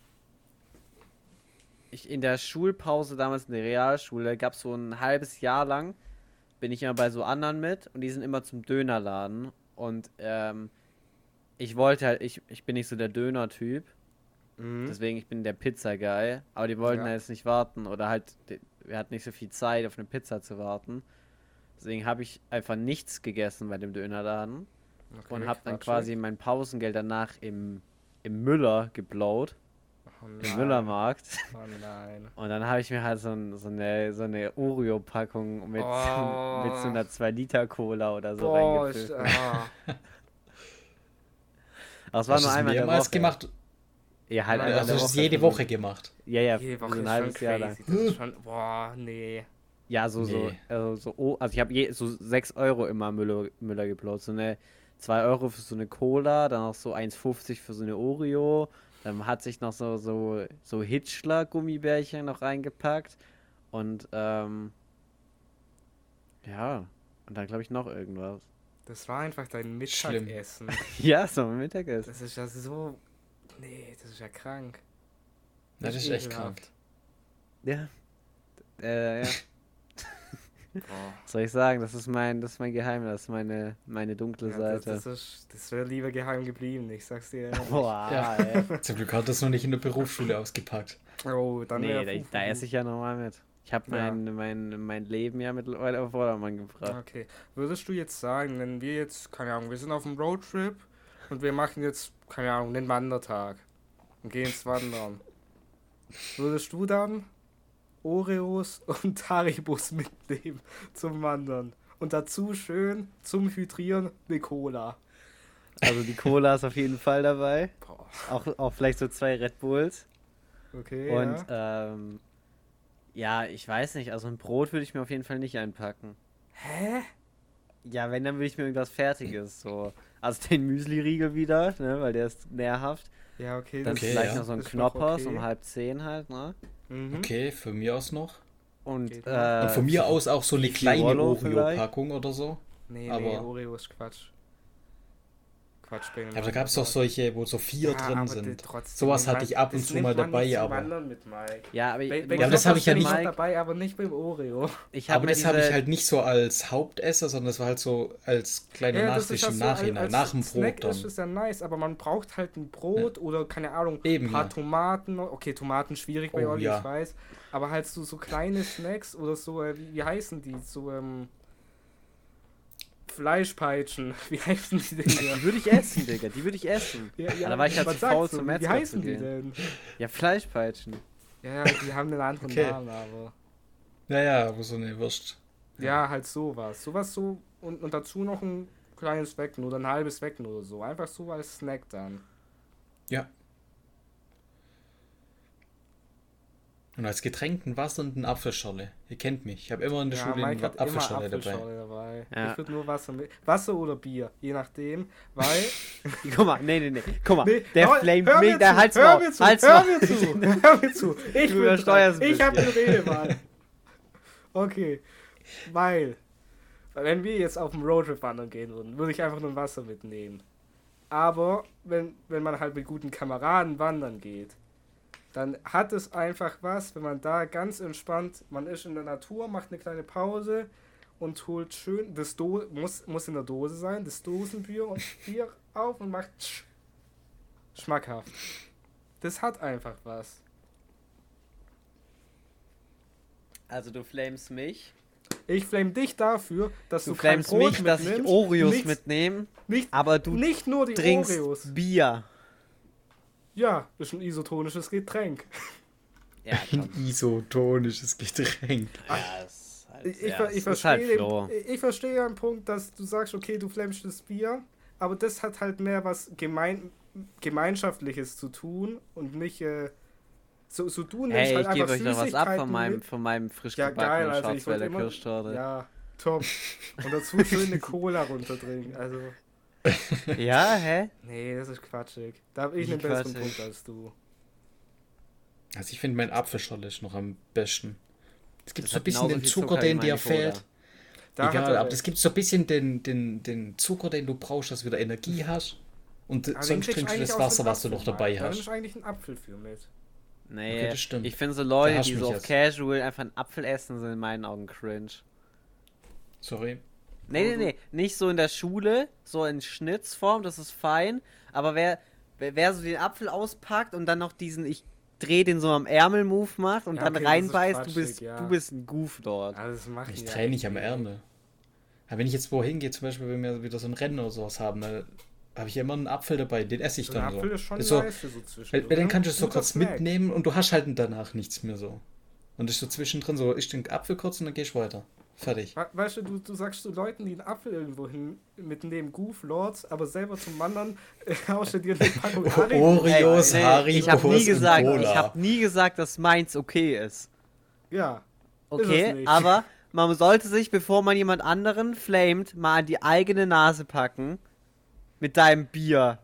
ich in der Schulpause damals in der Realschule gab es so ein halbes Jahr lang, bin ich immer bei so anderen mit und die sind immer zum Dönerladen und ähm, ich wollte halt, ich, ich bin nicht so der Döner-Typ, Mhm. deswegen ich bin der Pizza-Guy, aber die wollten Ja. halt jetzt nicht warten oder halt, die- wir hatten nicht so viel Zeit auf eine Pizza zu warten. Deswegen habe ich einfach nichts gegessen bei dem Dönerladen Okay, und habe dann Quatsch. quasi mein Pausengeld danach im, im Müller geblaut, Oh im nein. Müllermarkt. Oh nein. Und dann habe ich mir halt so, ein, so eine, so eine Oreo-Packung mit, Oh. mit so einer zwei Liter Cola oder so Boah, ich, reingefüllt. ah. Aber es war Hast nur du es einmal in der mehrmals Woche. gemacht? Ja, halt einmal in Also der hast du Woche. es jede Woche gemacht? Ja, ja, Jede für Woche so ein ist halbes schon Jahr lang. crazy. Das ist schon, boah, nee. Ja, so, so, Nee. also so, oh, also ich habe je so sechs Euro immer Müller, Müller geplaut. So eine zwei Euro für so eine Cola, dann noch so eins fünfzig für so eine Oreo. Dann hat sich noch so, so, so Hitchler-Gummibärchen noch reingepackt. Und, ähm, ja, und dann glaube ich noch irgendwas. Das war einfach dein Schlimm. Mittagessen. Ja, so ein Mittagessen. Das ist ja so. Nee, das ist ja krank. Na, das ist echt krank. ekelhaft. Ja. Äh, ja. Boah. Was soll ich sagen? Das ist mein, das ist mein Geheimnis, das ist meine, meine dunkle Ja, das, Seite. das, ist, das wäre lieber geheim geblieben, ich sag's dir. ehrlich. Boah, Ja. ey. Zum Glück hat das noch nicht in der Berufsschule ausgepackt. Oh, dann Nee, wär da, Fufu. da esse ich ja nochmal mit. Ich habe Ja. mein, mein, mein Leben ja mittlerweile auf Vordermann gebracht. Okay. Würdest du jetzt sagen, wenn wir jetzt, keine Ahnung, wir sind auf einem Roadtrip und wir machen jetzt, keine Ahnung, einen Wandertag und gehen ins Wandern. Würdest du dann Oreos und Haribos mitnehmen zum Wandern? Und dazu schön zum Hydrieren eine Cola. Also die Cola ist auf jeden Fall dabei. Boah, Auch, auch vielleicht so zwei Red Bulls. okay, Und ja. ähm, ja, ich weiß nicht, also ein Brot würde ich mir auf jeden Fall nicht einpacken. Hä? Ja, wenn, dann würde ich mir irgendwas Fertiges, so. Also den Müsli-Riegel wieder, ne, weil der ist nährhaft. Ja, okay. Dann das Okay, vielleicht ja. noch so ein ist noch Knoppers okay. um halb zehn halt, ne? Mhm. Okay, von mir aus noch. Und, Geht äh, Und von mir aus auch so eine kleine Rollo vielleicht? Oreo-Packung oder so. Nee, nee, Aber- Oreo ist Quatsch. Quatsch, bin Ja, aber da gab es doch solche, wo so vier drin sind. Sowas hatte ich ab und zu mal dabei, aber- Mit, Mike. ja, aber, Bei, wie bei Ja, aber das gesagt, habe ich ja Knoppers nicht- bin noch dabei, aber nicht beim Oreo. ich hab Aber mir das habe ich diese- halt nicht so als Hauptesser, sondern das war halt so als kleiner Ja, das ist Nachtisch ja im so, Nachhinein, als nach dem Snack Brot dann. ist es ja nice, aber man braucht halt ein Brot oder, keine Ahnung, ein Eben, paar ja. Tomaten. Okay, Tomaten schwierig bei Oh, Olli, ja. ich weiß. Aber halt so, so kleine Snacks oder so, äh, wie, wie heißen die? So, ähm, Fleischpeitschen. Wie heißen die denn hier? Die würde ich essen, Digga. Die würde ich essen. Ja, ja, da war ich halt was zu faul sagst du? zum Wie Metzger heißen zu die gehen. denn? Ja, Fleischpeitschen. Ja, die haben einen anderen Okay. Namen, aber... Naja, aber so eine Wurst. Ja, halt sowas. Sowas so und, und dazu noch ein kleines Wecken oder ein halbes Wecken oder so. Einfach so als Snack dann. Ja. Und als Getränk ein Wasser und eine Apfelschorle. Ihr kennt mich. Ich habe immer in der Ja, Schule Mike eine hat immer Apfelschorle dabei. Apfelschorle dabei. Ja. Ich würde nur Wasser mit. Wasser oder Bier, je nachdem, weil. Guck mal, nee, nee, nee. Guck mal, Nee, der hör- Flame hör mich, mir der zu, halt's hör Maul, mir zu, halt's hör Maul. mir zu, hör mir zu. Ich Du bin dran. übersteuerst ein Ich habe bisschen. eine Redewahl. Okay, weil, weil wenn wir jetzt auf dem Roadtrip wandern gehen würden, würde ich einfach nur ein Wasser mitnehmen. Aber wenn, wenn man halt mit guten Kameraden wandern geht, dann hat es einfach was, wenn man da ganz entspannt, man ist in der Natur, macht eine kleine Pause und holt schön, das Do muss, muss in der Dose sein, das Dosenbier und Bier auf und macht sch schmackhaft. Das hat einfach was. Also du flamest mich. Ich flame dich dafür, dass du, Du kein flamest Brot mich, dass ich mitnimmst, Oreos nichts- mitnehme, Nicht, aber du nicht nur die trinkst Oreos. Bier. Ja, ist ein isotonisches Getränk. Ja, komm. Ein isotonisches Getränk. Ja, ist halt, Ich, ich, ja, ver- es ich, ist halt verstehe Flo. den, ich verstehe ja den Punkt, dass du sagst, okay, du flamest das Bier, aber das hat halt mehr was gemein, Gemeinschaftliches zu tun und nicht, äh, so, so du nimmst Hey, halt ich gebe einfach euch noch was ab Süßigkeiten von meinem, mit. von meinem frisch Ja, geil, gebackenen also ich wollte Schwarzwälder immer, Kirschtorte. ja, top. Und dazu schön eine Cola runtertrinken, also, Ja, hä? nee, das ist quatschig. Da habe ich Wie einen besseren quatschig? Punkt als du. Also ich finde, mein Apfelschorle ist noch am besten. Es gibt Das so ein hat bisschen genauso den viel Zucker, Zucker wie den dir meine Cola. fehlt. Da hat Egal, er aber recht. es gibt so ein bisschen den, den, den Zucker, den du brauchst, dass du wieder Energie hast. Und Aber den sonst kriegst trinkst du eigentlich das aus Wasser, dem was du noch Apfel, dabei Mike. Da hast. nimmst du eigentlich einen Apfel für mit. Nee, Okay, das stimmt. ich finde so Da Leute, hast die du so mich auf jetzt. Casual einfach einen Apfel essen, sind in meinen Augen cringe. Sorry. Nee, nee, Aber du- nee, nicht so in der Schule, so in Schnitzform, das ist fein, aber wer, wer, wer so den Apfel auspackt und dann noch diesen, ich dreh den so am Ärmel-Move macht und Ja, dann okay, das ist reinbeißt, du quatschig, bist, ja. du bist ein Goof dort. Also das machen Ich ja drehe nicht echt am viele. Ärmel. Aber wenn ich jetzt wohin gehe, zum Beispiel, wenn wir wieder so ein Rennen oder sowas haben, dann habe ich immer einen Apfel dabei, den esse ich So ein dann Apfel so. ist schon Das ist so nice für so zwischendurch. weil, weil dann ne? kannst du es so Guter kurz Snack. mitnehmen und du hast halt danach nichts mehr so. Und das ist so zwischendrin so, ich den Apfel kurz und dann gehst du weiter. Fertig. We- Weißt du, du, du sagst zu Leuten, die einen Apfel irgendwo hin mitnehmen, Goof, Lords, aber selber zum Wandern äh, haust du dir eine Packung Oh, Haribo Oreo. Oreos, Ey, Haribos ich habe nie und gesagt, Cola. ich habe nie gesagt, dass meins okay ist. Ja, Ist es Okay, nicht. aber man sollte sich, bevor man jemand anderen flamet, mal an die eigene Nase packen mit deinem Bier.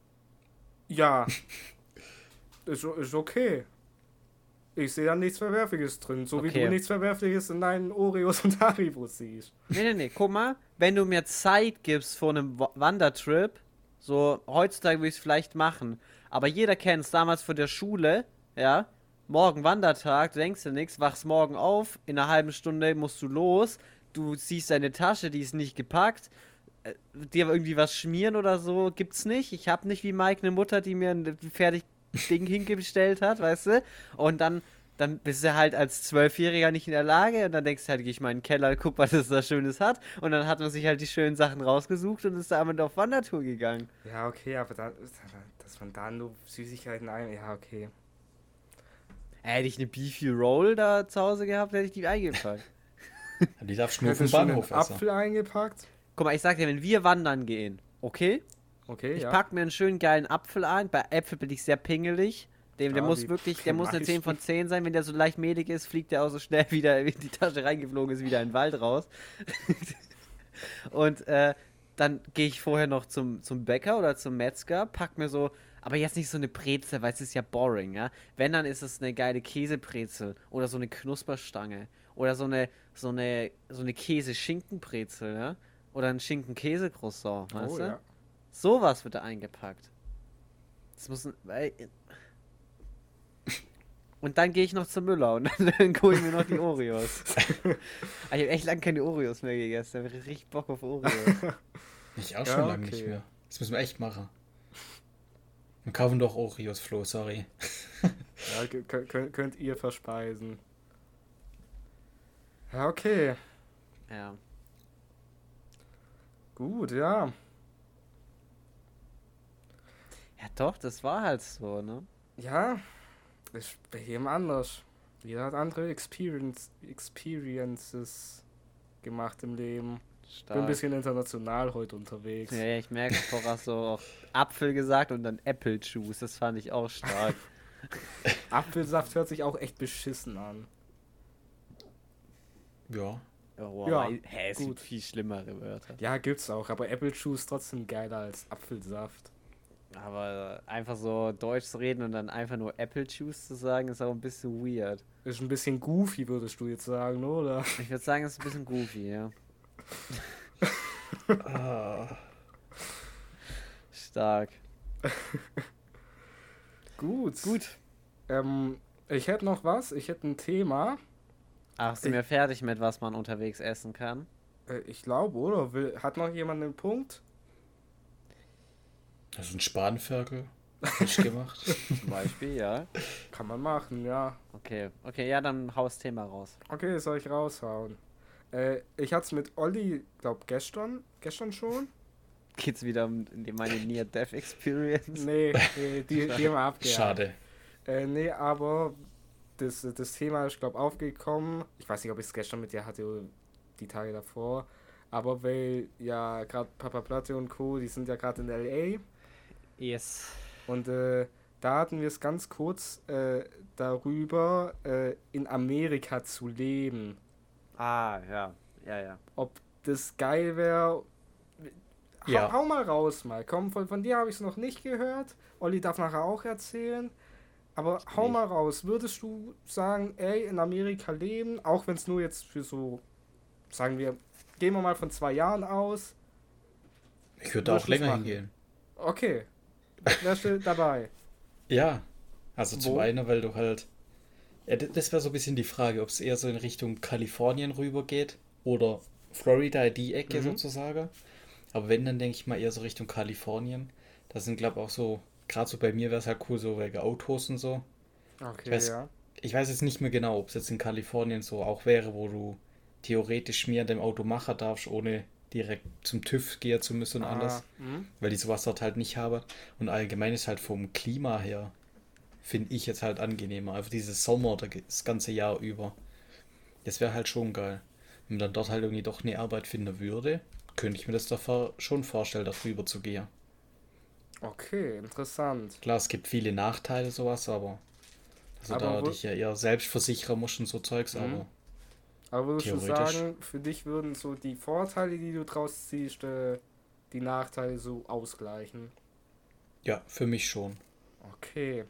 ja. ist, o- ist okay. Ich sehe da nichts Verwerfliches drin, so wie Okay. du nichts Verwerfliches in deinen Oreos und Haribos siehst. Nee, nee, nee, guck mal, wenn du mir Zeit gibst vor einem Wa- Wandertrip, so heutzutage würde ich es vielleicht machen, aber jeder kennt es damals von der Schule, ja, morgen Wandertag, du denkst dir nichts, wachst morgen auf, in einer halben Stunde musst du los, du siehst deine Tasche, die ist nicht gepackt, äh, dir irgendwie was schmieren oder so, gibt's nicht. Ich hab nicht wie Mike eine Mutter, die mir ein fertig Ding hingestellt hat, weißt du, und dann dann bist du halt als Zwölfjähriger nicht in der Lage und dann denkst du halt, geh ich mal in den Keller, guck, was es da Schönes hat. Und dann hat man sich halt die schönen Sachen rausgesucht und ist damit auf Wandertour gegangen. Ja, okay, aber da, dass man da nur Süßigkeiten ein... Ja, okay. Hätte ich eine Beefy Roll da zu Hause gehabt, hätte ich die eingepackt. Die darfst du nur vom Hättest du einen Bahnhof essen. Apfel eingepackt? Guck mal, ich sag dir, wenn wir wandern gehen, okay? Okay, Ich ja. pack mir einen schönen geilen Apfel ein. Bei Äpfel bin ich sehr pingelig. Dem, der Ja, muss wie wirklich, der muss eine meisten. zehn von zehn sein. Wenn der so leicht mehlig ist, fliegt der auch so schnell wieder in die Tasche reingeflogen ist, wieder in den Wald raus. Und äh, dann gehe ich vorher noch zum, zum Bäcker oder zum Metzger, pack mir so, aber jetzt nicht so eine Brezel, weil es ist ja boring, ja. Wenn, dann ist es eine geile Käsebrezel oder so eine Knusperstange oder so eine, so eine, so eine Käse-Schinkenbrezel, ja. Oder ein Schinken-Käse-Croissant, weißt Oh, du? ja. Sowas wird da eingepackt. Das muss ein, weil, und dann gehe ich noch zum Müller und dann, dann hole ich mir noch die Oreos. Aber ich habe echt lange keine Oreos mehr gegessen. Da habe ich richtig Bock auf Oreos. Ich auch Ja, schon lange okay. nicht mehr. Das müssen wir echt machen. Wir kaufen doch Oreos, Flo, sorry. Ja, k- könnt, könnt ihr verspeisen. Ja, okay. Ja. Gut, ja. Ja doch, das war halt so, ne? Ja, ist bei jedem anders. Jeder hat andere Experience, Experiences gemacht im Leben. Ich bin ein Stark. bisschen international heute unterwegs. Ja, ja, ich merke, vorher hast du auch Apfel gesagt und dann Apple Juice. Das fand ich auch stark. Apfelsaft hört sich auch echt beschissen an. Ja. Oh, Ja, aber, hä, es gut. gibt viel schlimmere Wörter. Ja, gibt's auch, aber Apple Juice ist trotzdem geiler als Apfelsaft. Aber einfach so Deutsch zu reden und dann einfach nur Apple Juice zu sagen, ist auch ein bisschen weird. Ist ein bisschen goofy, würdest du jetzt sagen, oder? Ich würde sagen, es ist ein bisschen goofy, ja. Ah, Stark. Gut. Gut. Ähm, ich hätte noch was, ich hätte ein Thema. Ach, sind wir fertig mit, was man unterwegs essen kann? Äh, ich glaube, oder? Will, hat noch jemand einen Punkt? also ein Spanferkel. Frisch gemacht. Zum Beispiel, ja. Kann man machen, ja. Okay, okay, ja, dann hau das Thema raus. Okay, soll ich raushauen? Äh, ich hatte es mit Olli, glaub gestern, gestern schon? Geht's wieder um die, meine Near-Death-Experience? Nee, nee die, die haben wir abgehakt. Schade. Äh, nee, aber das, das Thema ist, glaube aufgekommen. Ich weiß nicht, ob ich es gestern mit dir hatte oder die Tage davor. Aber weil ja gerade Papa Platte und Co., die sind ja gerade in L A. Yes. Und äh, da hatten wir es ganz kurz äh, darüber, äh, in Amerika zu leben. Ah, ja, ja, ja. Ob das geil wäre. Hau, Ja. hau mal raus mal. Komm, von, von dir habe ich es noch nicht gehört. Olli darf nachher auch erzählen. Aber hau Nee. mal raus. Würdest du sagen, ey, in Amerika leben, auch wenn es nur jetzt für so, sagen wir, gehen wir mal von zwei Jahren aus. Ich würde auch Würdest du's länger machen? hingehen. Okay. Wärst du dabei? Ja. Also Wo? zum einen, weil du halt. Ja, d- das wäre so ein bisschen die Frage, ob es eher so in Richtung Kalifornien rüber geht oder Florida, die Ecke Mhm. sozusagen. Aber wenn, dann denke ich mal eher so Richtung Kalifornien. Das sind, glaube ich, auch so, gerade so bei mir wäre es halt cool, so wegen Autos und so. Okay, Ich weiß- ja. Ich weiß jetzt nicht mehr genau, ob es jetzt in Kalifornien so auch wäre, wo du theoretisch mehr an dem Auto machen darfst, ohne direkt zum TÜV gehen zu müssen und alles. Ah, mhm. Weil ich sowas dort halt nicht habe. Und allgemein ist halt vom Klima her, finde ich jetzt halt angenehmer. Einfach dieses Sommer das ganze Jahr über. Das wäre halt schon geil. Wenn man dann dort halt irgendwie doch eine Arbeit finden würde, könnte ich mir das davor schon vorstellen, darüber zu gehen. Okay, interessant. Klar, es gibt viele Nachteile, sowas, aber also Aber da wo- dich ja eher selbst versichern musst und so Zeugs, Mhm. aber Aber würdest du Theoretisch. sagen, für dich würden so die Vorteile, die du draus ziehst, äh, die Nachteile so ausgleichen? ja, für mich schon. Okay.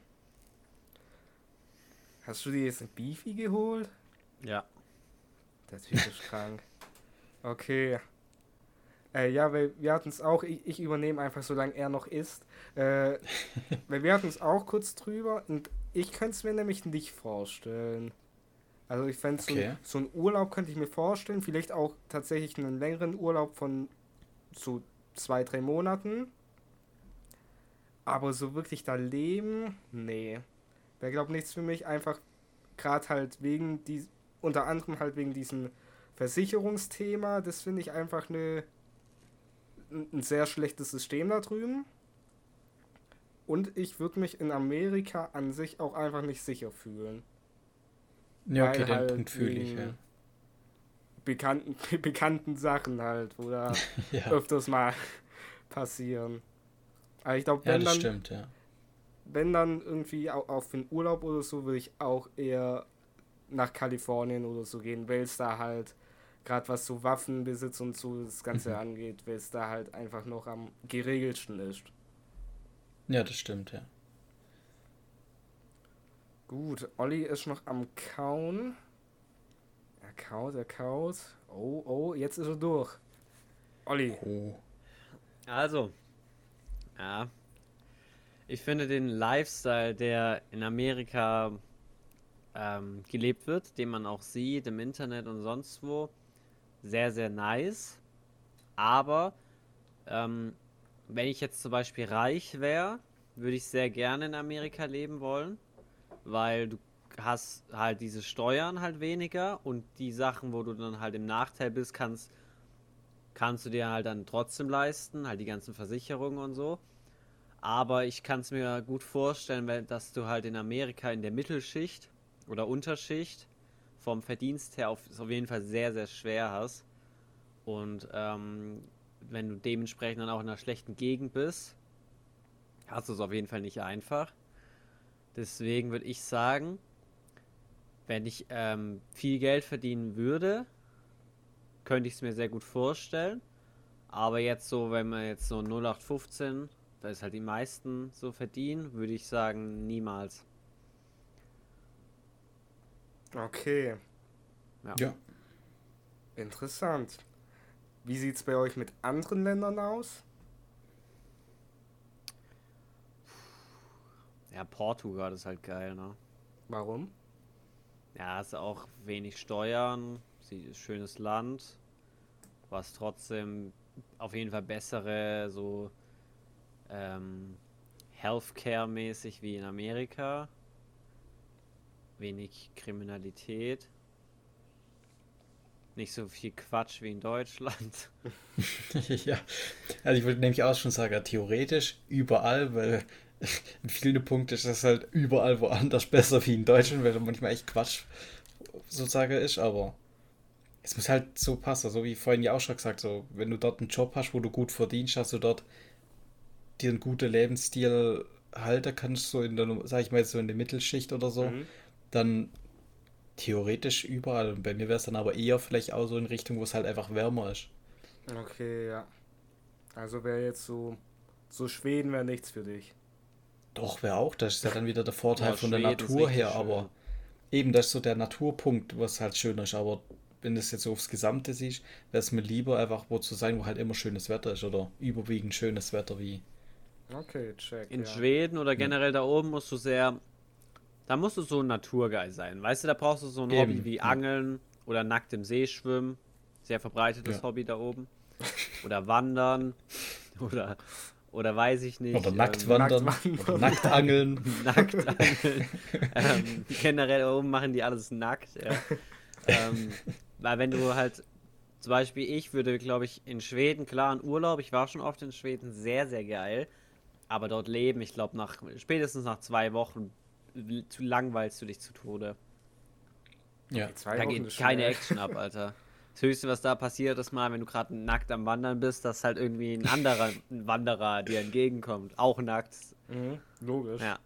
Hast du dir jetzt ein Beefy geholt? Ja. Der Typ ist krank. Okay. Äh, ja, weil wir hatten es auch, ich, ich übernehme einfach, solange er noch isst. Äh, weil wir hatten es auch kurz drüber und ich könnte es mir nämlich nicht vorstellen. Also ich fände so, Okay. ein- so einen Urlaub könnte ich mir vorstellen, vielleicht auch tatsächlich einen längeren Urlaub von so zwei, drei Monaten. Aber so wirklich da leben, nee. Wäre, glaube nichts für mich, einfach gerade halt wegen die, unter anderem halt wegen diesem Versicherungsthema, das finde ich einfach eine, ein ein sehr schlechtes System da drüben. Und ich würde mich in Amerika an sich auch einfach nicht sicher fühlen. Ja, okay, Weil den halt Punkt fühle ich, wegen ja. Bekannten, bekannten Sachen halt, wo da Ja, öfters mal passieren. Aber ich glaube, ja wenn das dann stimmt, ja. wenn dann irgendwie au- auf den Urlaub oder so, würde ich auch eher nach Kalifornien oder so gehen, weil es da halt, gerade was so Waffenbesitz und so das Ganze Mhm. angeht, weil es da halt einfach noch am geregeltsten ist. Ja, das stimmt, ja. Gut, Olli ist noch am Kauen. Er kaut, er kaut. Oh, oh, jetzt ist er durch. Olli. Oh. Also, ja. Ich finde den Lifestyle, der in Amerika ähm, gelebt wird, den man auch sieht im Internet und sonst wo, sehr, sehr nice. Aber ähm, wenn ich jetzt zum Beispiel reich wäre, würde ich sehr gerne in Amerika leben wollen, weil du hast halt diese Steuern halt weniger und die Sachen, wo du dann halt im Nachteil bist, kannst kannst du dir halt dann trotzdem leisten, halt die ganzen Versicherungen und so. Aber ich kann es mir gut vorstellen, wenn, dass du halt in Amerika in der Mittelschicht oder Unterschicht vom Verdienst her auf, auf jeden Fall sehr, sehr schwer hast. Und ähm, wenn du dementsprechend dann auch in einer schlechten Gegend bist, hast du es auf jeden Fall nicht einfach. Deswegen würde ich sagen, wenn ich ähm, viel Geld verdienen würde, könnte ich es mir sehr gut vorstellen. Aber jetzt so, wenn man jetzt so null acht fünfzehn, da ist halt die meisten so verdienen, würde ich sagen, niemals. Okay, Ja. Ja. interessant. Wie sieht es bei euch mit anderen Ländern aus? Ja, Portugal ist halt geil, ne? Warum? Ja, hast auch wenig Steuern, sie- schönes Land, was trotzdem auf jeden Fall bessere, so ähm, Healthcare-mäßig wie in Amerika. Wenig Kriminalität. Nicht so viel Quatsch wie in Deutschland. Ja, also ich würde nämlich auch schon sagen, theoretisch überall, weil in vielen Punkten ist das halt überall woanders besser wie in Deutschland, weil da manchmal echt Quatsch sozusagen ist, aber es muss halt so passen, so wie vorhin ja auch schon gesagt, so wenn du dort einen Job hast, wo du gut verdienst, hast du dort dir einen guten Lebensstil halten kannst, so in der, sag ich mal jetzt so in der Mittelschicht oder so, Mhm. dann theoretisch überall. Und bei mir wäre es dann aber eher vielleicht auch so in Richtung, wo es halt einfach wärmer ist. Okay, ja. Also wäre jetzt so, so Schweden wäre nichts für dich. Doch, wäre auch, das ist ja dann wieder der Vorteil Boah, von der Schweden ist Natur richtig her, schön. aber eben, das ist so der Naturpunkt, was halt schön ist, aber wenn du es jetzt so aufs Gesamte siehst, wäre es mir lieber einfach wo zu sein, wo halt immer schönes Wetter ist oder überwiegend schönes Wetter wie. Okay, check, In ja. Schweden oder Ja. generell da oben musst du sehr, da musst du so ein Naturgeil sein. Weißt du, da brauchst du so ein Eben, Hobby wie ja. Angeln oder nackt im See schwimmen. Sehr verbreitetes Ja. Hobby da oben. Oder Wandern. Oder, oder weiß ich nicht. Oder nackt ähm, wandern, nackt wandern. oder nackt angeln. nackt angeln. ähm, generell da oben machen die alles nackt. Ja. ähm, weil wenn du halt, zum Beispiel ich würde, glaube ich, in Schweden, klar, in Urlaub, ich war schon oft in Schweden, sehr, sehr geil. Aber dort leben, ich glaube, nach spätestens nach zwei Wochen l- zu langweilst du dich zu Tode. Ja, Die zwei Da Wochen geht ist keine schnell. Action ab, Alter. Das Höchste, was da passiert, ist mal, wenn du gerade nackt am Wandern bist, dass halt irgendwie ein anderer ein Wanderer dir entgegenkommt. Auch nackt. Mhm, logisch. Ja.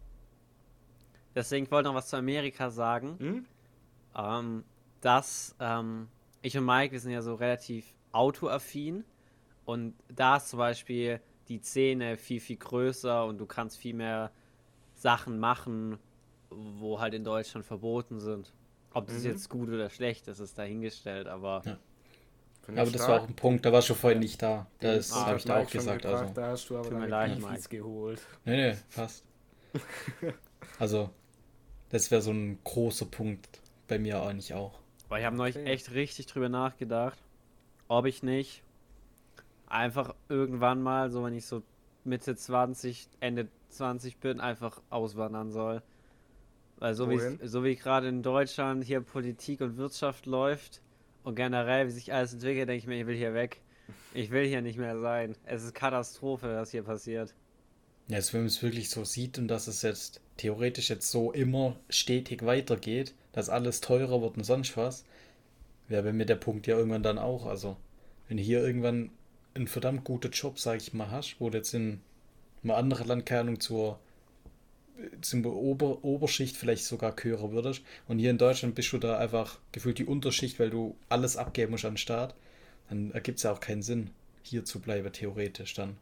Deswegen wollte ich noch was zu Amerika sagen. Hm? Ähm, dass ähm, ich und Mike, wir sind ja so relativ autoaffin. Und da ist zum Beispiel die Szene viel, viel größer und du kannst viel mehr Sachen machen, wo halt in Deutschland verboten sind. Ob das Mhm. jetzt gut oder schlecht ist, ist dahingestellt, aber Ja. Finde aber ich das stark. war auch ein Punkt, da warst du vorhin nicht da. Den Das Punkt habe hat ich da auch Mike schon gesagt. gebracht, Also, da hast du aber Tut mir deine leid, Beefies Mike. geholt. nee, nee, passt. Also, das wäre so ein großer Punkt bei mir eigentlich auch. weil ich habe neulich Okay. echt richtig drüber nachgedacht, ob ich nicht einfach irgendwann mal, so wenn ich so Mitte zwanzig, Ende zwanzig bin, einfach auswandern soll. Weil so wie Wohin? so wie gerade in Deutschland hier Politik und Wirtschaft läuft und generell wie sich alles entwickelt, denke ich mir, ich will hier weg. Ich will hier nicht mehr sein. Es ist Katastrophe, was hier passiert. Ja, also wenn man es wirklich so sieht und dass es jetzt theoretisch jetzt so immer stetig weitergeht, dass alles teurer wird und sonst was, wäre bei mir der Punkt ja irgendwann dann auch. Also, wenn du hier irgendwann einen verdammt guten Job, sag ich mal, hast, wo du jetzt in einem anderen Land, keine Ahnung, zur, zum Ober, Oberschicht vielleicht sogar gehören würdest und hier in Deutschland bist du da einfach gefühlt die Unterschicht, weil du alles abgeben musst an den Staat, dann ergibt es ja auch keinen Sinn, hier zu bleiben, theoretisch dann.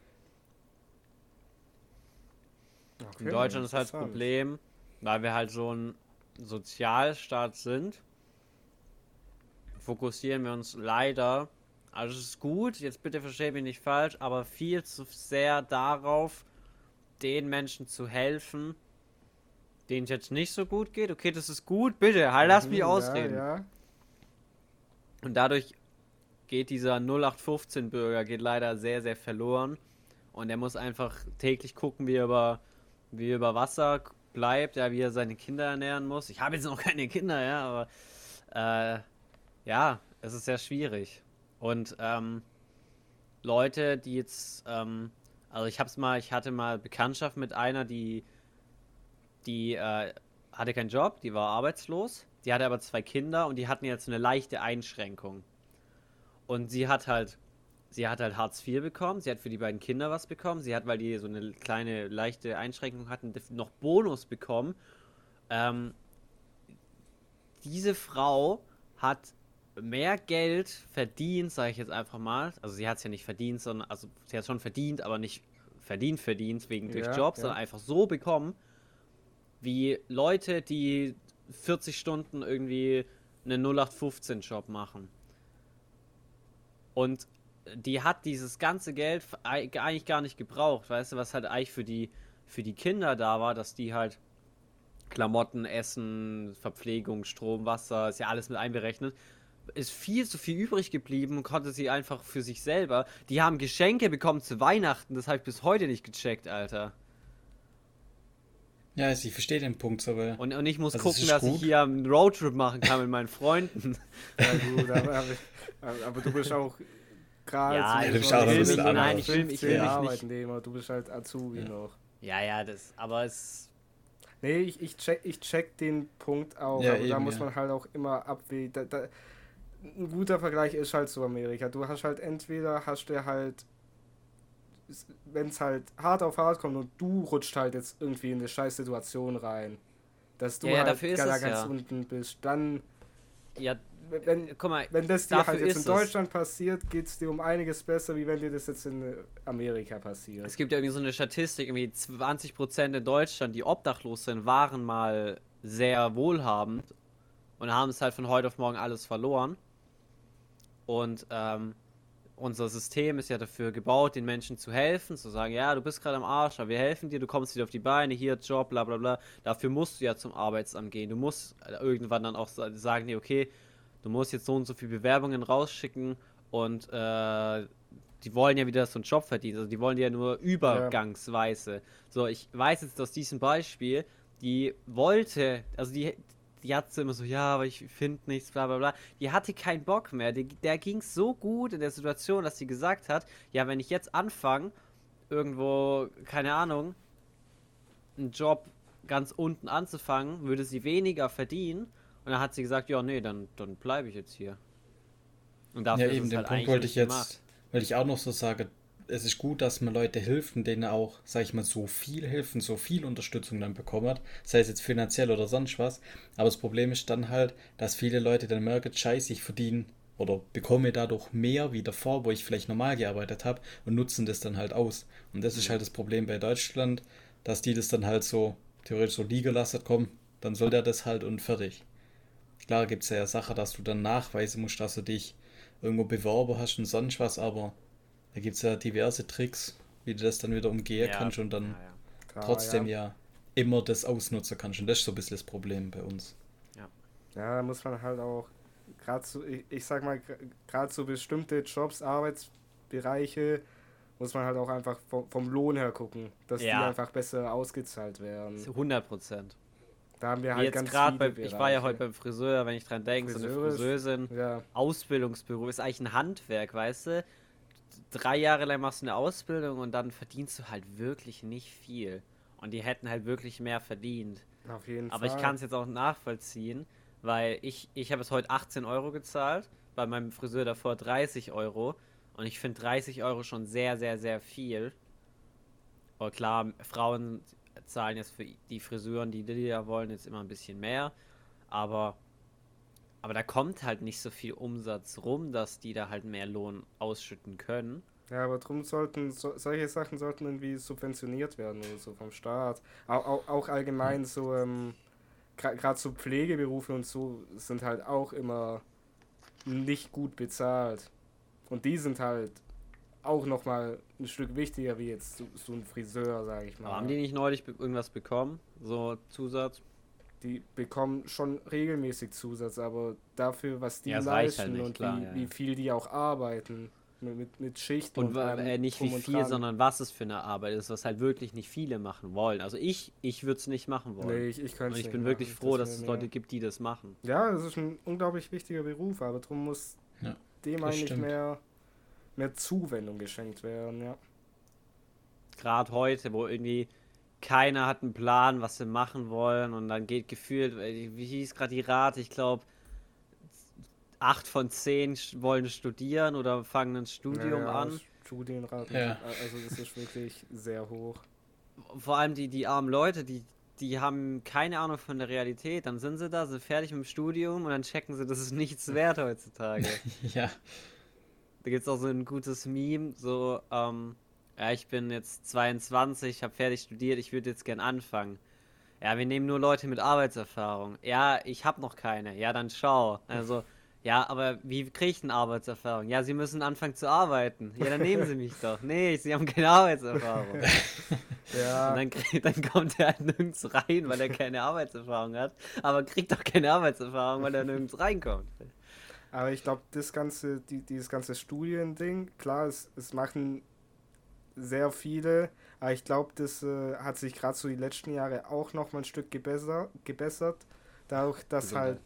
In Okay, Deutschland ist halt das interessant. Problem, weil wir halt so ein Sozialstaat sind, fokussieren wir uns leider, also es ist gut, jetzt bitte versteht mich nicht falsch, aber viel zu sehr darauf, den Menschen zu helfen, denen es jetzt nicht so gut geht. Okay, das ist gut, bitte, halt, lass mich Mhm, ausreden. Ja, ja. Und dadurch geht dieser null acht fünfzehn Bürger geht leider sehr, sehr verloren. Und er muss einfach täglich gucken, wie er über, wie er über Wasser bleibt, ja, wie er seine Kinder ernähren muss. Ich habe jetzt noch keine Kinder, ja, aber äh, ja, es ist sehr schwierig. Und ähm, Leute, die jetzt, ähm, also ich hab's mal, ich hatte mal Bekanntschaft mit einer, die, die äh, hatte keinen Job, die war arbeitslos, die hatte aber zwei Kinder und die hatten jetzt eine leichte Einschränkung. Und sie hat halt, sie hat halt Hartz vier bekommen, sie hat für die beiden Kinder was bekommen, sie hat, weil die so eine kleine leichte Einschränkung hatten, noch Bonus bekommen. Ähm, diese Frau hat mehr Geld verdient, sage ich jetzt einfach mal. Also sie hat es ja nicht verdient, sondern, also sie hat es schon verdient, aber nicht verdient verdient wegen durch Ja, Jobs, ja. sondern einfach so bekommen, wie Leute, die vierzig Stunden irgendwie einen null acht fünfzehn Job machen. Und die hat dieses ganze Geld eigentlich gar nicht gebraucht, weißt du, was halt eigentlich für die, für die Kinder da war, dass die halt Klamotten, Essen, Verpflegung, Strom, Wasser, ist ja alles mit einberechnet, ist viel zu viel übrig geblieben und konnte sie einfach für sich selber. Die haben Geschenke bekommen zu Weihnachten, das habe ich bis heute nicht gecheckt, Alter. Ja, also ich verstehe den Punkt, aber. Und, und ich muss Also es gucken, ist dass gut. ich hier einen Roadtrip machen kann mit meinen Freunden. Ja gut, aber, aber, aber du bist auch gerade Ja, so- du bist so auch ein noch ein bisschen bisschen anders. nein, ich will- ich will mich nicht- Arbeitnehmer, du bist halt Azubi Ja. noch. Ja, ja, das, aber es. Nee, ich, ich, check, ich check den Punkt auch, Ja, aber da eben, muss ja. man halt auch immer abwägen. Da, da, ein guter Vergleich ist halt zu Amerika. Du hast halt entweder hast du halt, wenn es halt hart auf hart kommt und du rutscht halt jetzt irgendwie in eine scheiß Situation rein, dass du Ja, ja, halt dafür ist da es ganz ja. unten bist, dann, Ja, wenn, guck mal, wenn das dir dafür halt jetzt in ist es. Deutschland passiert, geht es dir um einiges besser, wie wenn dir das jetzt in Amerika passiert. es gibt ja irgendwie so eine Statistik, irgendwie zwanzig Prozent in Deutschland, die obdachlos sind, waren mal sehr wohlhabend und haben es halt von heute auf morgen alles verloren. Und ähm, unser System ist ja dafür gebaut, den Menschen zu helfen, zu sagen, ja, du bist gerade am Arsch, aber wir helfen dir, du kommst wieder auf die Beine, hier Job, bla bla bla. Dafür musst du ja zum Arbeitsamt gehen. Du musst irgendwann dann auch sagen, nee, okay, du musst jetzt so und so viele Bewerbungen rausschicken und äh, die wollen ja wieder so einen Job verdienen. Also die wollen ja nur übergangsweise. So, ich weiß jetzt aus diesem Beispiel, die wollte, also die, die hat so immer so, ja, aber ich finde nichts, bla bla bla. Die hatte keinen Bock mehr. Die, der ging so gut in der Situation, dass sie gesagt hat, ja, wenn ich jetzt anfange, irgendwo, keine Ahnung, einen Job ganz unten anzufangen, würde sie weniger verdienen. Und dann hat sie gesagt, ja, nee, dann, dann bleibe ich jetzt hier. Und dafür Ja, ist eben, es den halt Punkt eigentlich wollte nicht ich jetzt, gemacht. wollte ich auch noch so sagen, es ist gut, dass man Leute hilft und denen auch, sag ich mal, so viel hilft und so viel Unterstützung dann bekommen hat, sei es jetzt finanziell oder sonst was. Aber das Problem ist dann halt, dass viele Leute dann merken, scheiße, ich verdiene oder bekomme dadurch mehr wie davor, wo ich vielleicht normal gearbeitet habe und nutzen das dann halt aus. Und das ist halt das Problem bei Deutschland, dass die das dann halt so theoretisch so liegen lassen, komm, dann soll der das halt und fertig. Klar gibt es ja Sache, dass du dann nachweisen musst, dass du dich irgendwo beworben hast und sonst was, aber da gibt es ja diverse Tricks, wie du das dann wieder umgehen Ja, kannst und dann ja, ja. Klar, trotzdem ja. ja immer das ausnutzen kannst. Und das ist so ein bisschen das Problem bei uns. Ja, da muss man halt auch, gerade so, ich, ich sag mal, gerade so bestimmte Jobs, Arbeitsbereiche, muss man halt auch einfach vom, vom Lohn her gucken, dass die Ja. einfach besser ausgezahlt werden. hundert Prozent. Da haben wir Wie halt jetzt ganz gerade viele bei, ich war ja Bereiche. heute beim Friseur, wenn ich dran denke, so eine Friseure ist- Friseurin, Ja, Ausbildungsberuf, ist eigentlich ein Handwerk, weißt du? Drei Jahre lang machst du eine Ausbildung und dann verdienst du halt wirklich nicht viel. Und die hätten halt wirklich mehr verdient. auf jeden Aber Fall. ich kann es jetzt auch nachvollziehen, weil ich, ich habe es heute achtzehn Euro gezahlt, bei meinem Friseur davor dreißig Euro. Und ich finde dreißig Euro schon sehr, sehr, sehr viel. Aber klar, Frauen zahlen jetzt für die Frisuren, die die ja wollen, jetzt immer ein bisschen mehr. Aber, aber da kommt halt nicht so viel Umsatz rum, dass die da halt mehr Lohn ausschütten können. Ja, aber drum sollten, so, solche Sachen sollten irgendwie subventioniert werden oder so vom Staat. Auch, auch, auch allgemein so, ähm, gerade so Pflegeberufe und so sind halt auch immer nicht gut bezahlt. Und die sind halt auch nochmal ein Stück wichtiger wie jetzt so, so ein Friseur, sage ich mal. Aber haben die nicht neulich be- irgendwas bekommen? So Zusatz? Die bekommen schon regelmäßig Zusatz, aber dafür, was die Ja, es reicht leisten halt nicht, und klar, wie, ja, wie ja. viel die auch arbeiten, mit, mit, mit Schichten Und wa- allem äh, nicht drum wie und viel, dran. sondern was es für eine Arbeit ist, was halt wirklich nicht viele machen wollen. Also ich, ich würde es nicht machen wollen. Nee, ich, ich könnte Und ich nicht bin wirklich machen. froh, Das dass es wär Leute mir- gibt, die das machen. Ja, das ist ein unglaublich wichtiger Beruf, aber drum muss Ja, dem das eigentlich stimmt. mehr, mehr Zuwendung geschenkt werden, ja. Gerade heute, wo irgendwie keiner hat einen Plan, was sie machen wollen und dann geht gefühlt, äh, wie hieß gerade die Rate, ich glaube, acht von zehn sch- wollen studieren oder fangen ein Studium Naja, an. Studienraten, Ja. also das ist wirklich sehr hoch. Vor allem die, die armen Leute, die, die haben keine Ahnung von der Realität. Dann sind sie da, sind fertig mit dem Studium und dann checken sie, das ist nichts wert heutzutage. Ja, Da gibt es auch so ein gutes Meme, so, ähm, ja, ich bin jetzt zweiundzwanzig, habe fertig studiert, ich würde jetzt gern anfangen. Ja, wir nehmen nur Leute mit Arbeitserfahrung. Ja, ich habe noch keine. Ja, dann schau. Also, ja, aber wie kriege ich eine Arbeitserfahrung? Ja, Sie müssen anfangen zu arbeiten. Ja, dann nehmen Sie mich doch. Nee, Sie haben keine Arbeitserfahrung. Und Ja, dann, krieg- dann kommt er halt nirgends rein, weil er keine Arbeitserfahrung hat. Aber kriegt doch keine Arbeitserfahrung, weil er nirgends reinkommt. aber ich glaube, das ganze, die, dieses ganze Studiending, klar, es, es machen sehr viele, aber ich glaube, das äh, hat sich gerade so die letzten Jahre auch noch mal ein Stück gebessert, gebessert dadurch, dass Gesundheit. halt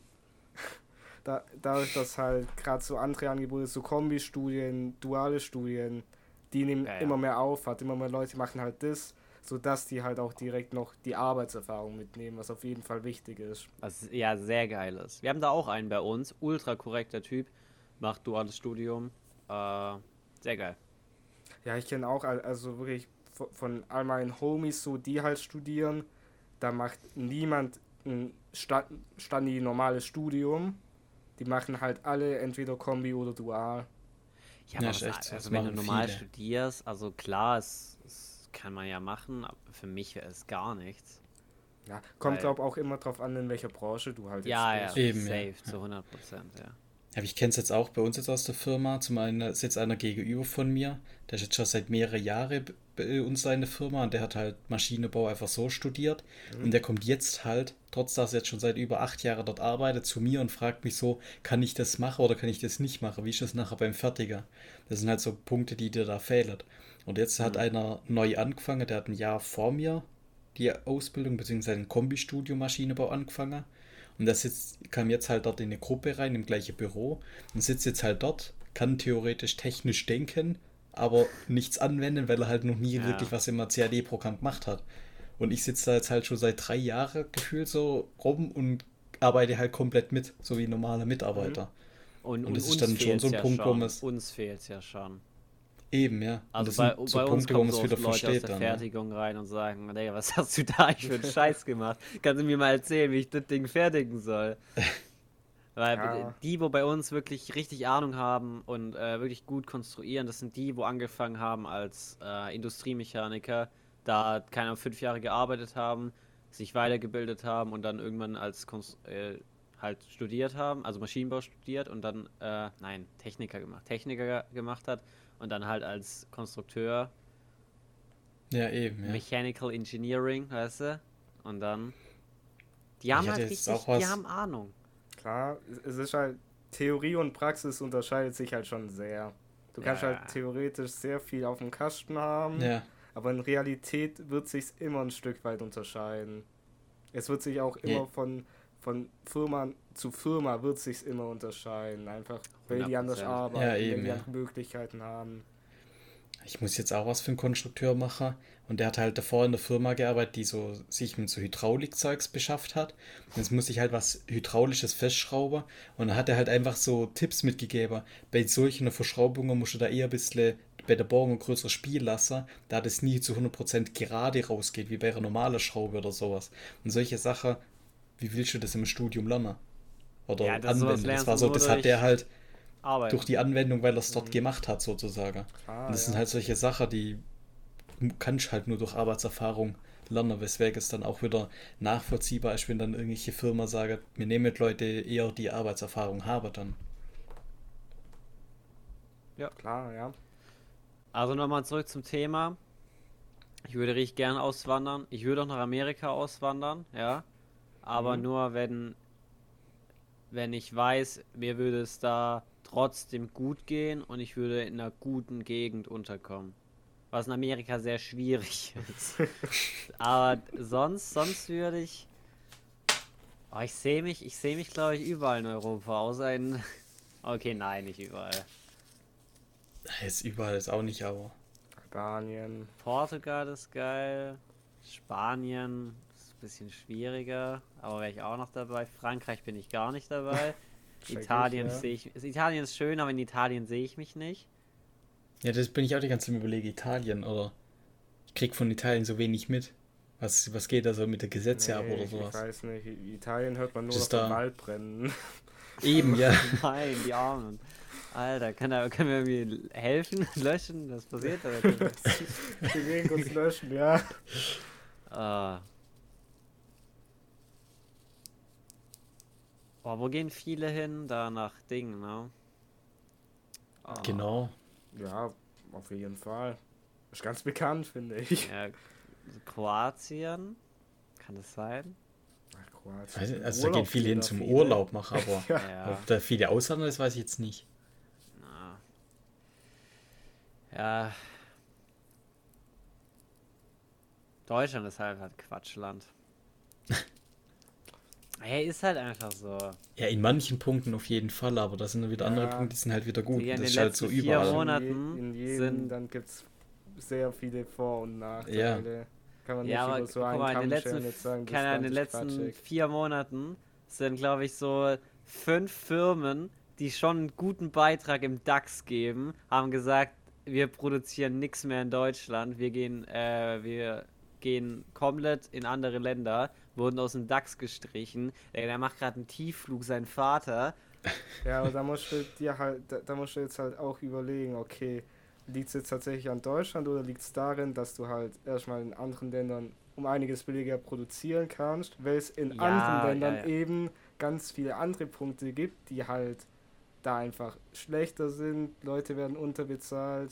da, dadurch, dass halt gerade so andere Angebote, so Kombistudien, duale Studien, die nehmen Ja, ja. immer mehr auf, hat immer mehr Leute machen halt das, sodass die halt auch direkt noch die Arbeitserfahrung mitnehmen, was auf jeden Fall wichtig ist. Was ja sehr geil ist. Wir haben da auch einen bei uns, ultra korrekter Typ, macht duales Studium. Äh, sehr geil. Ja, ich kenne auch, al- also wirklich von, von all meinen Homies, so die halt studieren, da macht niemand ein sta standi normales Studium. Die machen halt alle entweder Kombi oder Dual. Ja, Ja, aber ist was, echt so, das also wenn du machen normal viele. studierst, also klar, es, es kann man ja machen, aber für mich wäre es gar nichts. Ja, kommt Weil- glaube auch immer drauf an, in welcher Branche du halt Ja, jetzt ja, bist. Eben, ja. safe, zu hundert Prozent, ja. Ja, aber ich kenne es jetzt auch bei uns jetzt aus der Firma. Zum einen sitzt einer gegenüber von mir, der ist jetzt schon seit mehreren Jahren b- bei uns in der Firma und der hat halt Maschinenbau einfach so studiert. Und der kommt jetzt halt, trotz dass er jetzt schon seit über acht Jahren dort arbeitet, zu mir und fragt mich so, kann ich das machen oder kann ich das nicht machen? Wie ist das nachher beim Fertiger? Das sind halt so Punkte, die dir da fehlen. Und jetzt hat einer neu angefangen, der hat ein Jahr vor mir die Ausbildung bzw. ein Kombistudium Maschinenbau angefangen. Und der sitzt, kam jetzt halt dort in eine Gruppe rein, im gleichen Büro und sitzt jetzt halt dort, kann theoretisch technisch denken, aber nichts anwenden, weil er halt noch nie Ja. wirklich was im C A D-Programm gemacht hat. Und ich sitze da jetzt halt schon seit drei Jahren gefühlt so rum und arbeite halt komplett mit, so wie ein normaler Mitarbeiter. Und, Und und das ist uns dann schon fehlt's so ein ja Punkt, wo schon. man es- Uns fehlt es ja schon. Eben, ja. Also und das bei, sind so bei uns Punkte, wo kommen man es so wieder Leute aus versteht der dann. Ne? Fertigung rein und sagen, ey, was hast du da eigentlich für einen Scheiß gemacht? Kannst du mir mal erzählen, wie ich das Ding fertigen soll? Weil Ja. die, wo bei uns wirklich richtig Ahnung haben und äh, wirklich gut konstruieren, das sind die, wo angefangen haben als äh, Industriemechaniker, da keine Ahnung, fünf Jahre gearbeitet haben, sich weitergebildet haben und dann irgendwann als Konst äh, halt studiert haben, also Maschinenbau studiert und dann, äh, nein, Techniker gemacht, Techniker gemacht hat und dann halt als Konstrukteur Ja, eben, ja. Mechanical Engineering, weißt du? Und dann, die haben hätte halt jetzt richtig, auch was- die haben Ahnung. Klar, es- es ist halt, Theorie und Praxis unterscheidet sich halt schon sehr. Du kannst Ja. halt theoretisch sehr viel auf dem Kasten haben, Ja, aber in Realität wird sich immer ein Stück weit unterscheiden. Es wird sich auch immer Ja. von, von Firma zu Firma wird sich immer unterscheiden. Einfach, weil die anders hundert Prozent. arbeiten, Ja, weil eben, die ja. andere Möglichkeiten haben. ich muss jetzt auch was für einen Konstrukteur machen. Und der hat halt davor in der Firma gearbeitet, die so sich mit so Hydraulikzeugs beschafft hat. Und jetzt muss ich halt was Hydraulisches festschrauben. Und dann hat er halt einfach so Tipps mitgegeben. Bei solchen Verschraubungen musst du da eher ein bisschen bei der Bohrung ein größeres Spiel lassen, da das nie zu hundert Prozent gerade rausgeht, wie bei einer normalen Schraube oder sowas. Und solche Sachen, wie willst du das im Studium lernen? Oder Ja, das- sowas anwenden? Das lernst war du so, nur das hat der durch halt Arbeit. durch die Anwendung, weil er es dort gemacht hat, sozusagen. Klar, Und das ja. sind halt solche Sachen, die kann ich halt nur durch Arbeitserfahrung lernen, weswegen es dann auch wieder nachvollziehbar ist, wenn dann irgendwelche Firma sagt, wir nehmen Leute eher die Arbeitserfahrung haben dann. Klar, ja. Also nochmal zurück zum Thema. Ich würde richtig gern auswandern. Ich würde auch nach Amerika auswandern, ja. Aber Mhm. nur wenn, wenn ich weiß, mir würde es da trotzdem gut gehen und ich würde in einer guten Gegend unterkommen. Was in Amerika sehr schwierig ist. Aber sonst, sonst würde ich. Oh, ich sehe mich, ich sehe mich, glaube ich, überall in Europa, außer in, Okay, nein, nicht überall. Jetzt überall ist auch nicht, aber. Albanien. Portugal ist geil. Spanien ist ein bisschen schwieriger, aber wäre ich auch noch dabei. Frankreich bin ich gar nicht dabei. Check Italien ich, ja. sehe ich. Italien ist schön, aber in Italien sehe ich mich nicht. Ja, das bin ich auch die ganze Zeit am überlegen, Italien, oder? Ich krieg von Italien so wenig mit. Was, was geht da so mit der Gesetze ab Nee, oder ich, ich sowas? weiß nicht. I- Italien hört man nur Das noch ist da- vom Waldbrennen. Eben, ja. Nein, die Armen. Alter, kann er, können wir irgendwie helfen, löschen? Was passiert da? bitte? Wir gehen kurz löschen, ja. Ah. Oh, wo gehen viele hin? Da nach Ding, ne? Ah, Genau. Ja, auf jeden Fall. Ist ganz bekannt, finde ich. Ja, Kroatien? Kann das sein? Ach, Kroatien. Also, also da Urlaub gehen viele gehen hin da zum viele. Urlaub machen, aber Ja. ob da viele auswandern, das weiß ich jetzt nicht. Na. Ja. Deutschland ist halt halt Quatschland. Hey, ist halt einfach so. Ja, in manchen Punkten auf jeden Fall, aber da sind dann wieder Ja. andere Punkte, die sind halt wieder gut. Ja, in Und das den ist halt so letzten vier überall. Monaten in, je, in jedem, sind- dann gibt es sehr viele Vor- und Nachteile. Kann man nicht Ja, aber über so guck einen mal, in den Kamm scheren letzten, und sagen, das keine Ahnung, in den Ganze ist letzten quatschig. vier Monaten sind, glaube ich, so fünf Firmen, die schon einen guten Beitrag im DAX geben, haben gesagt, wir produzieren nichts mehr in Deutschland, wir gehen, äh, wir gehen komplett in andere Länder, wurden aus dem DAX gestrichen. Der, der macht gerade einen Tiefflug, sein Vater. Ja, aber da musst du dir halt, da, da musst du jetzt halt auch überlegen, okay, liegt es jetzt tatsächlich an Deutschland oder liegt es darin, dass du halt erstmal in anderen Ländern um einiges billiger produzieren kannst, weil es in Ja, anderen Ländern ja, ja. eben ganz viele andere Punkte gibt, die halt da einfach schlechter sind, Leute werden unterbezahlt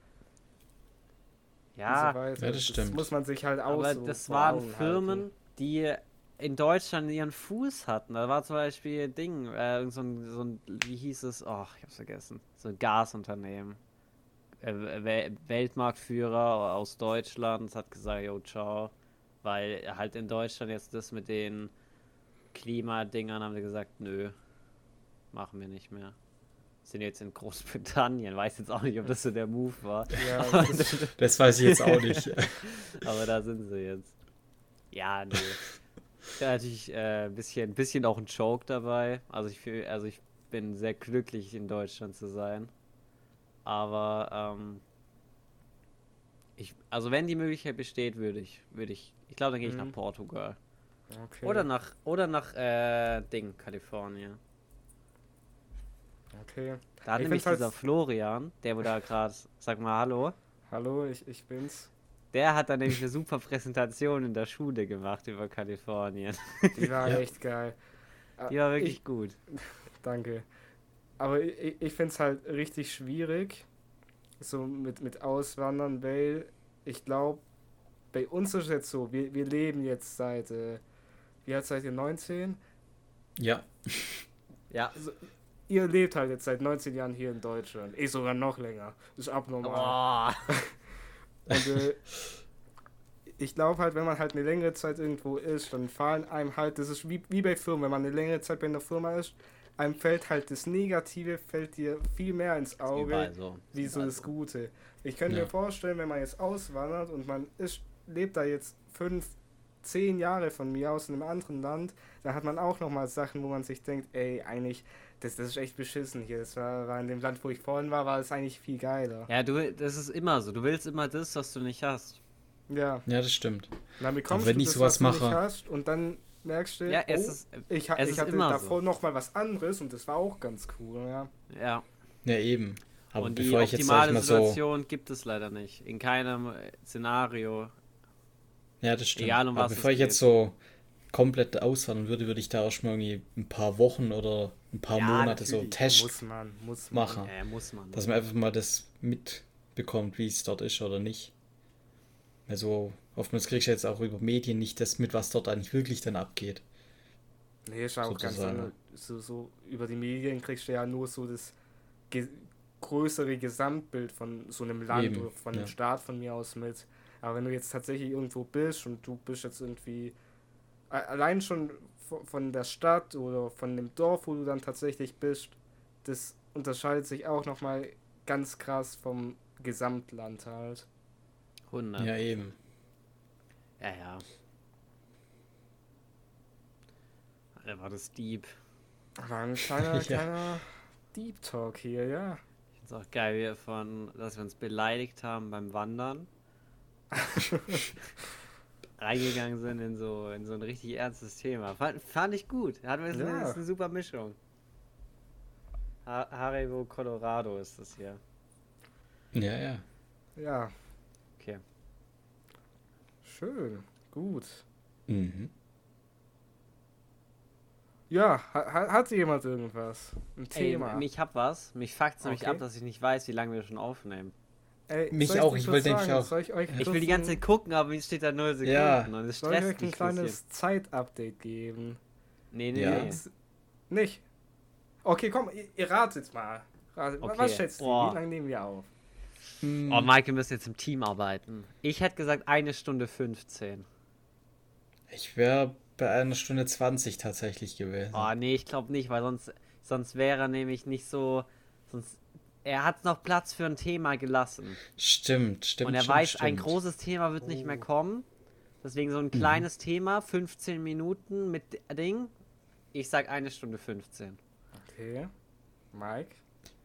Ja, und so weiter. Ja, das stimmt. muss man sich halt auch aber so das vor waren Augen Firmen, halten. die in Deutschland ihren Fuß hatten. Da war zum Beispiel Ding, äh, irgend so ein, so ein, wie hieß es? Oh, ich hab's vergessen. So ein Gasunternehmen. Äh, Wel- Weltmarktführer aus Deutschland hat gesagt, yo, ciao. Weil halt in Deutschland jetzt das mit den Klimadingern haben sie gesagt, nö, machen wir nicht mehr. Sind jetzt in Großbritannien. Weiß jetzt auch nicht, ob das so der Move war. Ja, Aber, das ist, Das weiß ich jetzt auch nicht. aber da sind sie jetzt. Ja, nee. Da natürlich äh, ein bisschen, bisschen auch ein Joke dabei. Also ich fühl, also ich bin sehr glücklich in Deutschland zu sein. Aber ähm, ich, also wenn die Möglichkeit besteht, würde ich, würde ich, ich glaube, dann gehe ich Mhm. nach Portugal. okay. Oder nach, oder nach äh, Ding, Kalifornien. Okay. Da hat Ich nämlich find's halt- dieser Florian, der wo da gerade, sag mal Hallo, Hallo, ich, ich bin's. der hat dann nämlich eine super Präsentation in der Schule gemacht über Kalifornien. Die war Ja. echt geil. Die war wirklich Ich, gut. danke. Aber ich, ich finde es halt richtig schwierig, so mit, mit Auswandern, weil ich glaube, bei uns ist es jetzt so, wir, wir leben jetzt seit, äh, wie alt seid ihr, neunzehn? Ja, Ja. Ihr lebt halt jetzt seit neunzehn Jahren hier in Deutschland. Ich sogar noch länger. Ist abnormal. Oh. Und äh, ich glaube halt, wenn man halt eine längere Zeit irgendwo ist, dann fallen einem halt, das ist wie, wie bei Firmen, wenn man eine längere Zeit bei einer Firma ist, einem fällt halt das Negative, fällt dir viel mehr ins Auge, Überall so. wie so Überall das Gute. Ich könnte Ja. mir vorstellen, wenn man jetzt auswandert und man ist, lebt da jetzt fünf, zehn Jahre von mir aus in einem anderen Land, dann hat man auch nochmal Sachen, wo man sich denkt, ey, eigentlich, das, das ist echt beschissen hier. Das war, war in dem Land, wo ich vorhin war, war es eigentlich viel geiler. Ja, du, das ist immer so. Du willst immer das, was du nicht hast. Ja. ja, das stimmt. Und dann bekommst Aber wenn du ich das, sowas was du nicht mache- hast, und dann merkst du, Ja, es oh, ist, ich, ha es ich ist hatte immer davor so. noch mal was anderes und das war auch ganz cool, ja. ja. Ja, eben. Aber Und die bevor ich jetzt, sag ich optimale mal so. Situation gibt es leider nicht. In keinem äh, Szenario. Ja, das stimmt. Egal, um Aber was es bevor ich geht. jetzt so komplett auswandern würde, würde ich da erstmal irgendwie ein paar Wochen oder ein paar Ja, Monate so natürlich. Test Muss man, muss man. machen. Äh, muss man. Dass man einfach mal das mitbekommt, wie es dort ist oder nicht. Also oftmals kriegst du jetzt auch über Medien nicht das mit, was dort eigentlich wirklich dann abgeht. Nee, ist auch ganz Sozusagen. anders. So, so über die Medien kriegst du ja nur so das ge größere Gesamtbild von so einem Land Eben, oder von dem ja. Staat von mir aus mit. Aber wenn du jetzt tatsächlich irgendwo bist und du bist jetzt irgendwie a- allein schon vo- von der Stadt oder von dem Dorf, wo du dann tatsächlich bist, das unterscheidet sich auch nochmal ganz krass vom Gesamtland halt. hundert. Ja, eben. Ja, ja. Alter, war das deep. War ein kleiner, Ja. kleiner Deep Talk hier, ja. Ich find's auch geil, wie wir von, dass wir uns beleidigt haben beim Wandern. Reingegangen sind in so, in so ein richtig ernstes Thema. Fand, fand ich gut. Hat mir Ja. das ist eine super Mischung. Ha Haribo Colorado ist das hier. Ja, ja. Ja, Okay. schön, gut. Mhm. Ja, ha ha- hat jemand irgendwas? Ein Thema? Ey, ich hab was. Mich fuckt's nämlich Okay. ab, dass ich nicht weiß, wie lange wir schon aufnehmen. Ey, Mich soll auch, dir ich kurz wollte nämlich sagen, auch- Soll ich euch Ich will kurz die ganze ein- Zeit gucken, aber es steht da null Sekunden Ja. und es Soll ich stresst euch ein mich ein bisschen. kleines Zeitupdate geben? Nee, nee, Ja. nee. Nicht? Okay, komm, ihr, ihr ratet mal. Ratet. Okay. Was schätzt ihr? Boah. Wie lange nehmen wir auf? Oh, Mike, wir müssen jetzt im Team arbeiten. Ich hätte gesagt eine Stunde fünfzehn. Ich wäre bei einer Stunde zwanzig tatsächlich gewesen. Oh, nee, ich glaube nicht, weil sonst, sonst wäre er nämlich nicht so. Sonst, er hat noch Platz für ein Thema gelassen. Stimmt, stimmt. Und er stimmt, weiß, stimmt. ein großes Thema wird nicht mehr Oh. kommen. Deswegen so ein kleines Thema, fünfzehn Minuten mit Ding. Ich sag eine Stunde fünfzehn. Okay. Mike?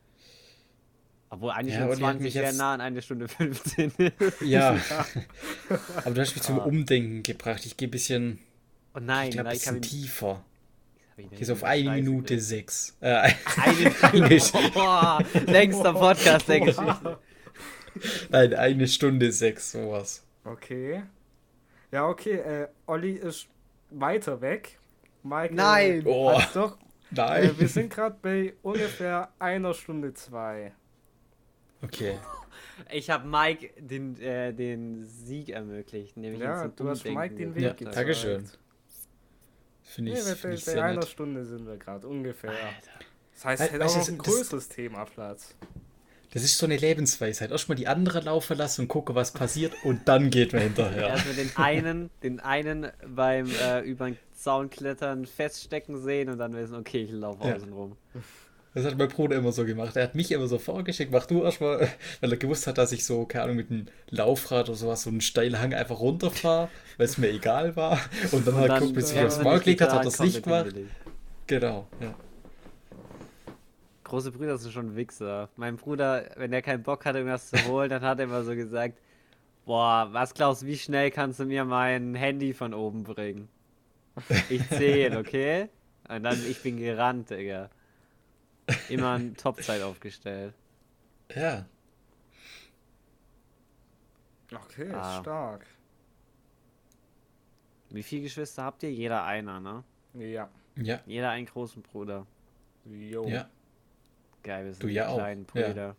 Obwohl eine Ja, Stunde Olli hat zwanzig mich wäre jetzt- nah an eine Stunde fünfzehn. Ja. Aber du hast mich zum Ah. Umdenken gebracht. Ich gehe ein bisschen, Oh nein, ich glaube, nein, ein ich habe bisschen ihn. tiefer. hab ihn Ich gehe auf richtig eine scheiße Minute gemacht. sechs. Äh, Eine eine, Boah, längster Podcast der Wow. Geschichte. nein, eine Stunde sechs, sowas. Okay. Ja, okay, äh, Olli ist weiter weg. Mike, Nein! Äh, Oh. hat's doch. Nein. Äh, wir sind gerade bei ungefähr einer Stunde zwei. Okay. Ich habe Mike den, äh, den Sieg ermöglicht, nämlich Ja, ihn zum du hast Umdenken Mike den Weg Ja, gebracht. gezeigt. Dankeschön. Finde Nee, ich, bei, find bei, ich bei sehr einer nett. Stunde sind wir gerade, ungefähr. Alter. Das heißt, We- es hätte auch weißt du, noch ein das- größeres Thema Platz. Das ist so eine Lebensweisheit. Erstmal die andere laufen lassen und gucken, was passiert und dann geht man hinterher. Erstmal den einen, den einen beim äh, über den Zaun klettern feststecken sehen und dann wissen, okay, ich laufe Ja. außen rum. Das hat mein Bruder immer so gemacht. Er hat mich immer so vorgeschickt, mach du erstmal, weil er gewusst hat, dass ich so, keine Ahnung, mit einem Laufrad oder sowas, so einen steilen Hang einfach runterfahre, weil es mir egal war. Und dann hat er geguckt, bis ich äh, aufs wenn Maul ich gelegt hat, getan, hat er es kommt nicht mit dem gemacht. Billig. Genau, ja. Große Brüder sind schon Wichser. Mein Bruder, wenn er keinen Bock hat, irgendwas zu holen, dann hat er immer so gesagt, boah, was glaubst du, wie schnell kannst du mir mein Handy von oben bringen? Ich zähle, okay? Und dann, ich bin gerannt, Digga. Immer eine Topzeit aufgestellt. Ja. Okay, Ah. stark. Wie viele Geschwister habt ihr? Jeder einer, ne? Ja. Ja, Jeder einen großen Bruder. Jo. ja. Geil, wir sind Du die ja auch. kleinen Ja. Brüder.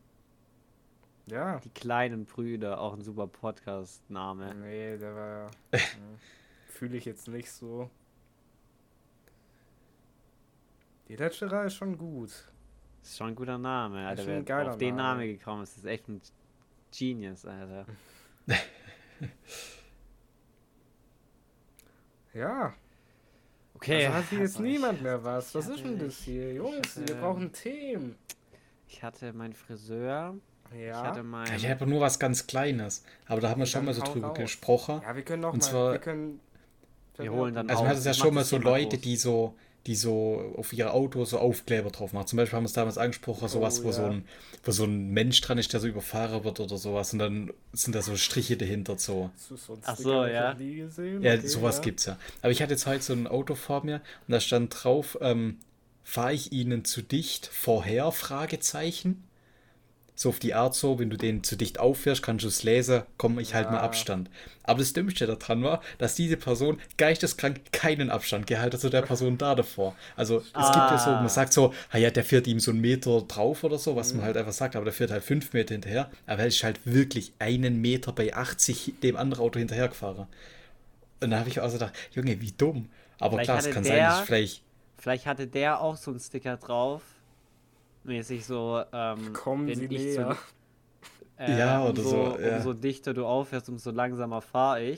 Ja. Die kleinen Brüder, auch ein super Podcast-Name. Nee, der war. Fühle ich jetzt nicht so. Die letzte Reihe ist schon gut. Ist schon ein guter Name, Alter. schon ein Wer geiler auf den Name. Namen gekommen ist, ist echt ein Genius, Alter. Ja. Okay. Also hat hier jetzt also niemand ich- mehr was. Was ich ist denn hatte- das hier? Jungs, wir hatte- brauchen Themen. Ich hatte meinen Friseur. Ich Ja. hatte mein. Ich habe nur was ganz Kleines. Aber da haben wir schon Dann mal so hau drüber raus. gesprochen. Ja, wir können noch Und mal. zwar- wir können. Wir holen dann Also auch- man hat es ja ich schon mach mal das so Thema Leute, groß. die so, die so auf ihre Autos so Aufkleber drauf machen. Zum Beispiel haben wir es damals angesprochen, sowas, Oh, wo, so ja. ein, wo so ein Mensch dran ist, der so überfahren wird oder sowas. Und dann sind da so Striche dahinter so. Hast du sonst Ach so, ja. nie gesehen? Ja, Okay, sowas ja. gibt's ja. Aber ich hatte jetzt heute so ein Auto vor mir und da stand drauf, ähm, fahre ich Ihnen zu dicht vorher? Fragezeichen. So auf die Art so, wenn du den zu dicht auffährst, kannst du es lesen, komm, ich halte mal Ja. Abstand. Aber das Dümmste daran war, dass diese Person geisteskrank keinen Abstand gehalten hat zu der Person da davor. Also es gibt ja so, Ah. man sagt so, ah ja, der fährt ihm so einen Meter drauf oder so, was Mhm. man halt einfach sagt, aber der fährt halt fünf Meter hinterher. Aber er ist halt wirklich einen Meter bei achtzig dem anderen Auto hinterher gefahren. Und da habe ich auch so gedacht, Junge, wie dumm. Aber Vielleicht klar, es hatte kann der- sein, dass ich vielleicht. Vielleicht hatte der auch so einen Sticker drauf. Mäßig so, ähm. Kommen wenn Sie ich näher. Zu, äh, Ja, oder umso, so, ja. Umso dichter du aufhörst, umso langsamer fahre ich.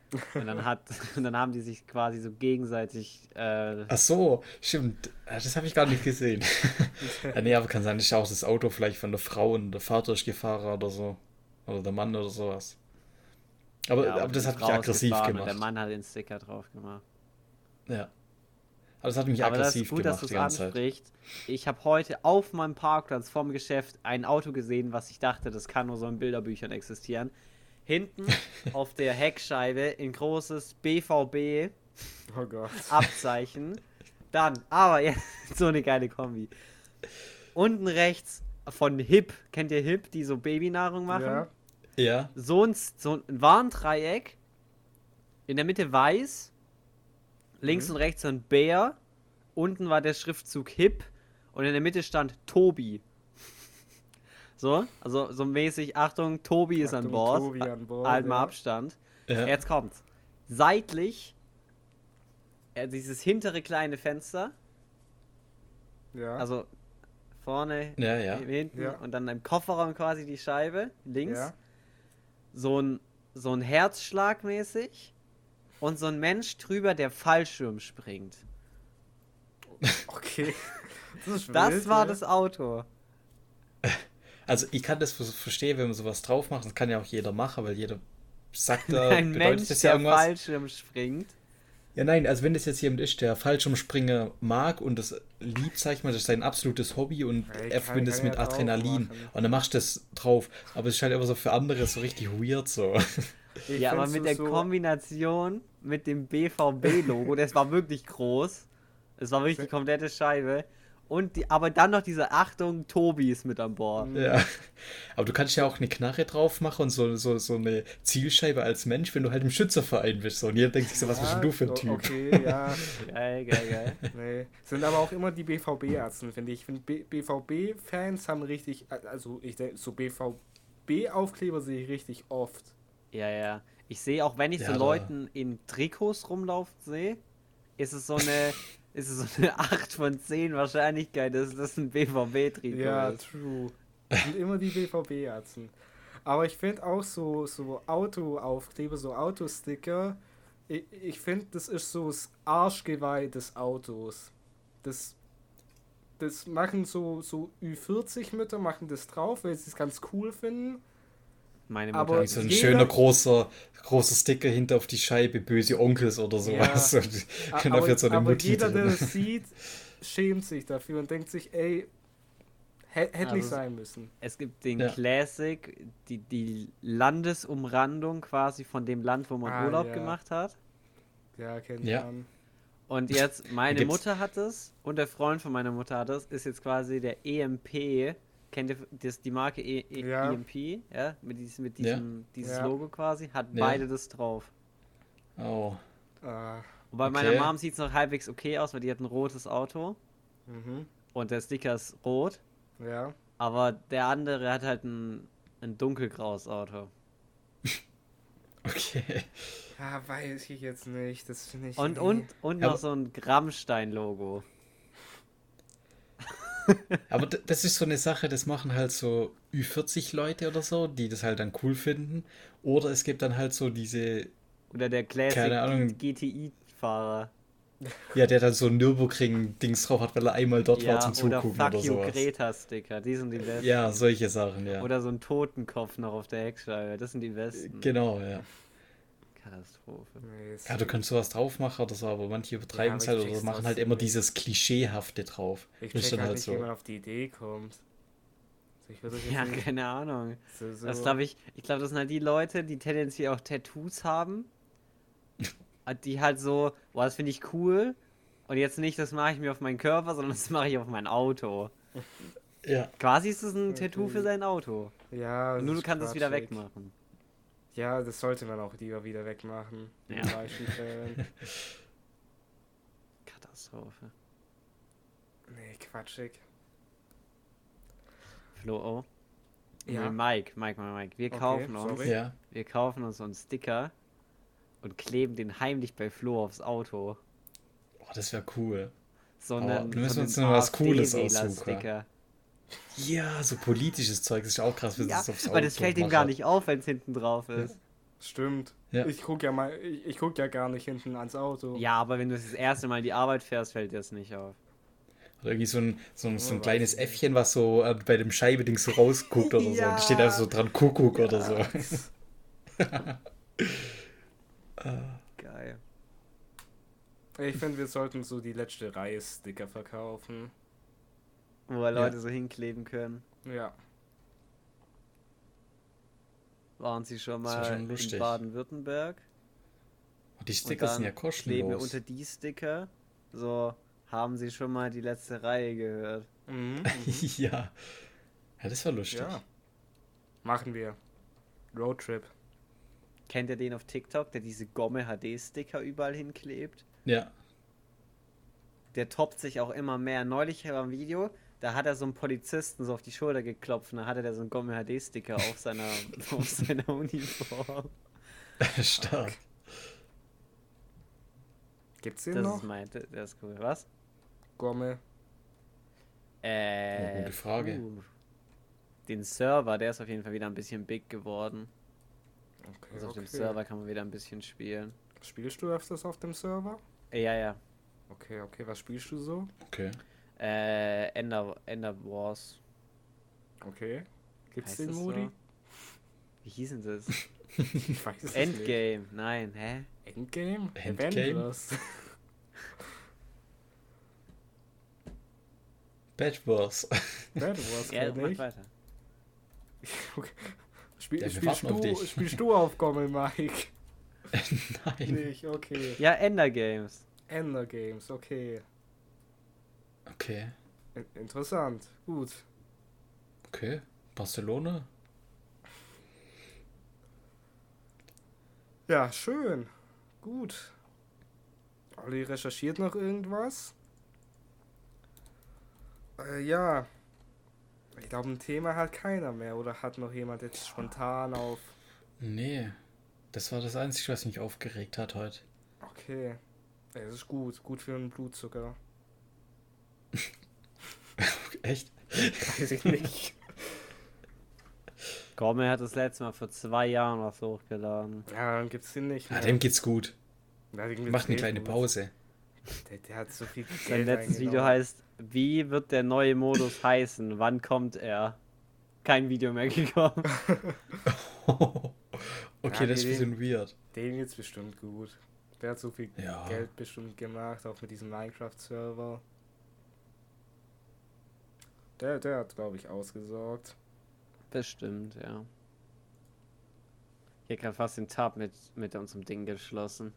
Und dann hat, und dann haben die sich quasi so gegenseitig, äh, Ach so, stimmt. Ah, das habe ich gar nicht gesehen. Ja, nee, aber kann sein, dass ja auch das Auto vielleicht von der Frau und der Vater ist gefahren oder so. Oder der Mann oder sowas. Aber, ja, aber das die hat mich Frau ist aggressiv gefahren und gemacht. der Mann hat den Sticker drauf gemacht. Ja. Aber das hat mich Aber das ist aggressiv gut, dass gemacht du die es ganze Zeit. ansprichst. Ich habe heute auf meinem Parkplatz vorm Geschäft ein Auto gesehen, was ich dachte, das kann nur so in Bilderbüchern existieren. Hinten auf der Heckscheibe in großes B V B Oh Gott. Abzeichen. Dann, aber jetzt so eine geile Kombi. Unten rechts von Hip, kennt ihr Hip, die so Babynahrung machen? Ja. Ja. So ein, so ein Warndreieck. In der Mitte weiß. Links Mhm. und rechts so ein Bär. Unten war der Schriftzug Hip. Und in der Mitte stand Tobi. So, also so mäßig, Achtung, Tobi ist an Achtung, Bord. Tobi an Bord, Halt mal ja. Abstand. Ja. Jetzt kommt's. Seitlich, äh, dieses hintere kleine Fenster, Ja. also vorne, Ja, ja. hinten Ja. und dann im Kofferraum quasi die Scheibe, links. Ja. So ein, so ein Herzschlag mäßig und so ein Mensch drüber, der Fallschirm springt. Okay. Das ist Das wild, war ja. das Auto. Also ich kann das ver- verstehen, wenn man sowas drauf macht. Das kann ja auch jeder machen, weil jeder sagt, da Ein bedeutet Mensch, das ja der irgendwas. Fallschirm springt. Ja, nein, also wenn das jetzt jemand ist, der Fallschirmspringer mag und das liebt, sag ich mal, das ist sein absolutes Hobby und Hey, er kann- verbindet es kann mit ja drauf Adrenalin machen. und dann machst du das drauf. Aber es ist halt immer so für andere so richtig weird so. Ich Ja, aber find's mit so- der so- Kombination mit dem B V B-Logo, das war wirklich groß. Es war wirklich die komplette Scheibe. Und die, aber dann noch diese Achtung, Tobi ist mit an Bord. Ja. Aber du kannst ja auch eine Knarre drauf machen und so, so, so eine Zielscheibe als Mensch, wenn du halt im Schützerverein bist. So. Und jeder denkt sich so, was bist denn du für ein o- Typ? Okay, ja. Geil, geil, geil. Nee. Sind aber auch immer die B V B-Ärzte, finde ich. Ich finde, B- BVB-Fans haben richtig, also ich denke, so B V B-Aufkleber sehe ich richtig oft. Ja, ja. Ich sehe auch, wenn ich Ja, so da- Leuten in Trikots rumlaufen sehe, ist es so eine, ist es so eine acht von zehn Wahrscheinlichkeit, dass das ein B V B-Trikot Ja, ist. true. Sind immer die B V B-Ärzte. Aber ich finde auch so, so Autoaufkleber, so Autosticker, ich, ich finde, das ist so das Arschgeweih des Autos. Das, das machen so, so Ü vierzig Mütter, machen das drauf, weil sie es ganz cool finden. Meine Aber Mutter. So ein Jeder- schöner großer, großer Sticker hinter auf die Scheibe, böse Onkels oder sowas. Ja. Und A- dafür aber so eine aber Mutti jeder, der drin. das sieht, schämt sich dafür und denkt sich, ey, hä- hätte nicht Also- sein müssen. Es gibt den Ja. Classic, die, die Landesumrandung quasi von dem Land, wo man Ah, Urlaub ja. gemacht hat. Ja, kennt Ja. man. Und jetzt, meine Gibt's- Mutter hat es und der Freund von meiner Mutter hat es, ist jetzt quasi der E M P. Kennt ihr das, die Marke e e Ja. E M P? Ja, mit, diesem, mit Ja. diesem dieses Ja. Logo quasi, hat Ja. beide das drauf. Oh. Ah, Und bei Okay. meiner Mom sieht es noch halbwegs okay aus, weil die hat ein rotes Auto mhm. und der Sticker ist rot. Ja. Aber der andere hat halt ein, ein dunkelgraues Auto. Okay. Ja, weiß ich jetzt nicht. Das finde ich. Und, nee. und, und Aber- noch so ein Grammstein-Logo. Aber d- das ist so eine Sache, das machen halt so Ü vierzig Leute oder so, die das halt dann cool finden. Oder es gibt dann halt so diese, Oder der Classic Keine Ahnung. G T I-Fahrer. ja, der dann so ein Nürburgring-Dings drauf hat, weil er einmal dort war Ja, zum oder Zugucken Fuck oder You sowas. Greta-Sticker. Die sind die besten. Ja, solche Sachen, ja. Oder so ein Totenkopf noch auf der Heckscheibe. Das sind die besten. Genau, ja. Katastrophe. Nee, ist- Ja, du kannst sowas drauf machen oder so, aber manche übertreiben Ja, es aber halt ich oder check's machen halt trotzdem immer nicht. dieses Klischeehafte drauf. Ich Das ist check dann halt halt nicht, so. wie man auf die Idee kommt. Also ich würde das jetzt Ja, nicht keine Ahnung. so, so Das glaube ich, ich glaube, das sind halt die Leute, die tendenziell auch Tattoos haben. Die halt so, boah, das finde ich cool. Und jetzt nicht, das mache ich mir auf meinen Körper, sondern das mache ich auf mein Auto. Ja. Quasi ist es ein Okay. Tattoo für sein Auto. Ja, Und das nur du ist kannst es wieder quatschig. wegmachen. Ja, das sollte man auch lieber wieder wegmachen. In Ja. den meisten Fällen. Katastrophe. Nee, quatschig. Flo, oh. Ja. Nee, Mike, Mike, Mike, Mike. Wir Okay, kaufen uns, sorry. Ja. wir kaufen uns so einen Sticker und kleben den heimlich bei Flo aufs Auto. Oh, das wäre cool. So Aber einen, wir müssen so uns einen noch was Cooles AfD-Wähler-Sticker. Ja, so politisches Zeug, das ist ja auch krass, wenn Ja, das aufs Auto aber das fällt ihm gar machen. nicht auf, wenn es hinten drauf ist. Stimmt. Ja. Ich guck ja mal, ich, ich guck ja gar nicht hinten ans Auto. Ja, aber wenn du das erste Mal in die Arbeit fährst, fällt dir das nicht auf. Oder irgendwie so ein, so ein, so ein Oh, kleines weiß ich nicht. Äffchen, was so äh, bei dem Scheibeding so rausguckt oder so. Ja. Und steht da so dran Kuckuck oder so. Geil. Ich finde, wir sollten so die letzte Reihe Sticker verkaufen. Wo wir Leute so hinkleben können. Ja. Waren sie schon Das wär mal schon in lustig. Baden-Württemberg? Und die Und Sticker sind ja dann kleben wir kostenlos. unter die Sticker. So, haben sie schon mal die letzte Reihe gehört? Mhm. Ja. Ja, das war lustig. Ja. Machen wir. Roadtrip. Kennt ihr den auf TikTok, der diese Gomme-H D-Sticker überall hinklebt? Ja. Der toppt sich auch immer mehr. Neulich war ein Video, da hat er so einen Polizisten so auf die Schulter geklopft und da hatte der so einen Gomme-H D-Sticker auf seiner, auf seiner Uniform. Stark. Gibt's den Das noch? ist mein, das ist cool. Was? Gomme. Äh, Oh, gute Frage. puh. Den Server, der ist auf jeden Fall wieder ein bisschen big geworden. Okay, Also auf dem okay. Server kann man wieder ein bisschen spielen. Spielst du öfters auf dem Server? Äh, ja, ja. Okay, okay, was spielst du so? Okay. Äh, Ender, Ender Wars. Okay. Gibt's Heißt den das Modi? so? Wie hieß denn das? Ich weiß es nicht. Endgame. Nein, hä? Endgame? Endgame? Avengers. Bad Wars. Bad Wars Ja, kenn mach ich. weiter. Okay. Spiel, Ja, wir spielst, warten auf du, dich. spielst du auf Gommel, Mike? Nein. Nicht, okay. Ja, Ender Games. Ender Games, okay. Okay. In interessant, gut. Okay. Barcelona? Ja, schön. Gut. Olli recherchiert noch irgendwas? Äh, ja. Ich glaube, ein Thema hat keiner mehr. Oder hat noch jemand jetzt spontan auf... Nee. Das war das Einzige, was mich aufgeregt hat heute. Okay. Ja, das ist gut. Gut für den Blutzucker. Echt? Weiß ich nicht. Gomme hat das letzte Mal vor zwei Jahren was hochgeladen. Ja, dann gibt's den nicht Ah, mehr. dem geht's gut. Ja, irgendwie Macht eine zählt kleine gut. Pause. Der, der hat so viel Geld Sein letztes Video eingenommen. heißt, wie wird der neue Modus heißen? Wann kommt er? Kein Video mehr gekommen. Okay, Ja, das ist nee, ein bisschen weird. Den geht's bestimmt gut. Der hat so viel Ja. Geld bestimmt gemacht, auch mit diesem Minecraft-Server. Der, der hat, glaube ich, ausgesorgt. Bestimmt, ja. Ich hab grad fast den Tab mit, mit unserem Ding geschlossen.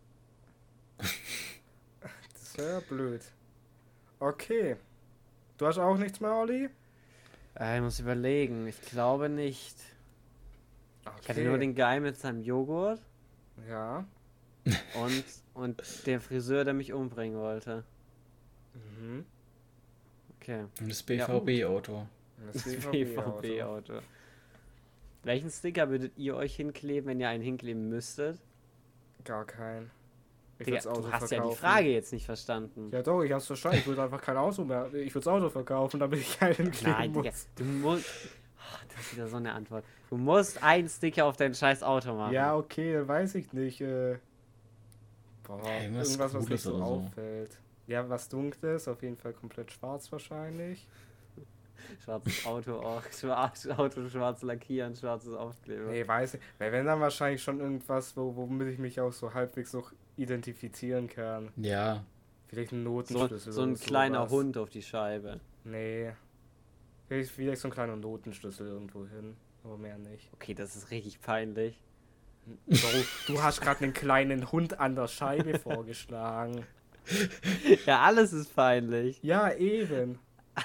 Das wäre ja blöd. Okay. Du hast auch nichts mehr, Olli? Äh, ich muss überlegen. Ich glaube nicht. Ich hatte nur den Guy mit seinem Joghurt Ja. und, und der Friseur, der mich umbringen wollte. Mhm. Okay. Und das Ja, B V B-Auto. Das Das B V B-Auto. B V B-Auto. Welchen Sticker würdet ihr euch hinkleben, wenn ihr einen hinkleben müsstet? Gar kein. Ich Digga, würd's Auto du hast ja verkaufen. die Frage jetzt nicht verstanden. Ja doch, ich hab's verstanden. Ich würde einfach kein Auto mehr. Ich würde das Auto verkaufen, damit ich keinen kleben Nein, Digga, muss. du musst... Oh, das ist wieder so eine Antwort. Du musst einen Sticker auf dein scheiß Auto machen. Ja, okay, weiß ich nicht. Äh, boah, Irgendwas irgendwas, was nicht Cooles so oder so. auffällt. Ja, was Dunkles, auf jeden Fall komplett schwarz wahrscheinlich. Schwarzes Auto auch. Schwarz, Auto schwarz lackieren, schwarzes Aufkleber. Nee, weiß ich. Weil wenn dann wahrscheinlich schon irgendwas, wo, womit ich mich auch so halbwegs noch identifizieren kann. Ja. Vielleicht ein so, Notenschlüssel. so ein oder kleiner sowas. Hund auf die Scheibe. Nee. Vielleicht, vielleicht so ein kleiner Notenschlüssel irgendwo hin. Aber mehr nicht. Okay, das ist richtig peinlich. Bro, du hast gerade einen kleinen Hund an der Scheibe vorgeschlagen. Ja, alles ist peinlich. Ja, eben.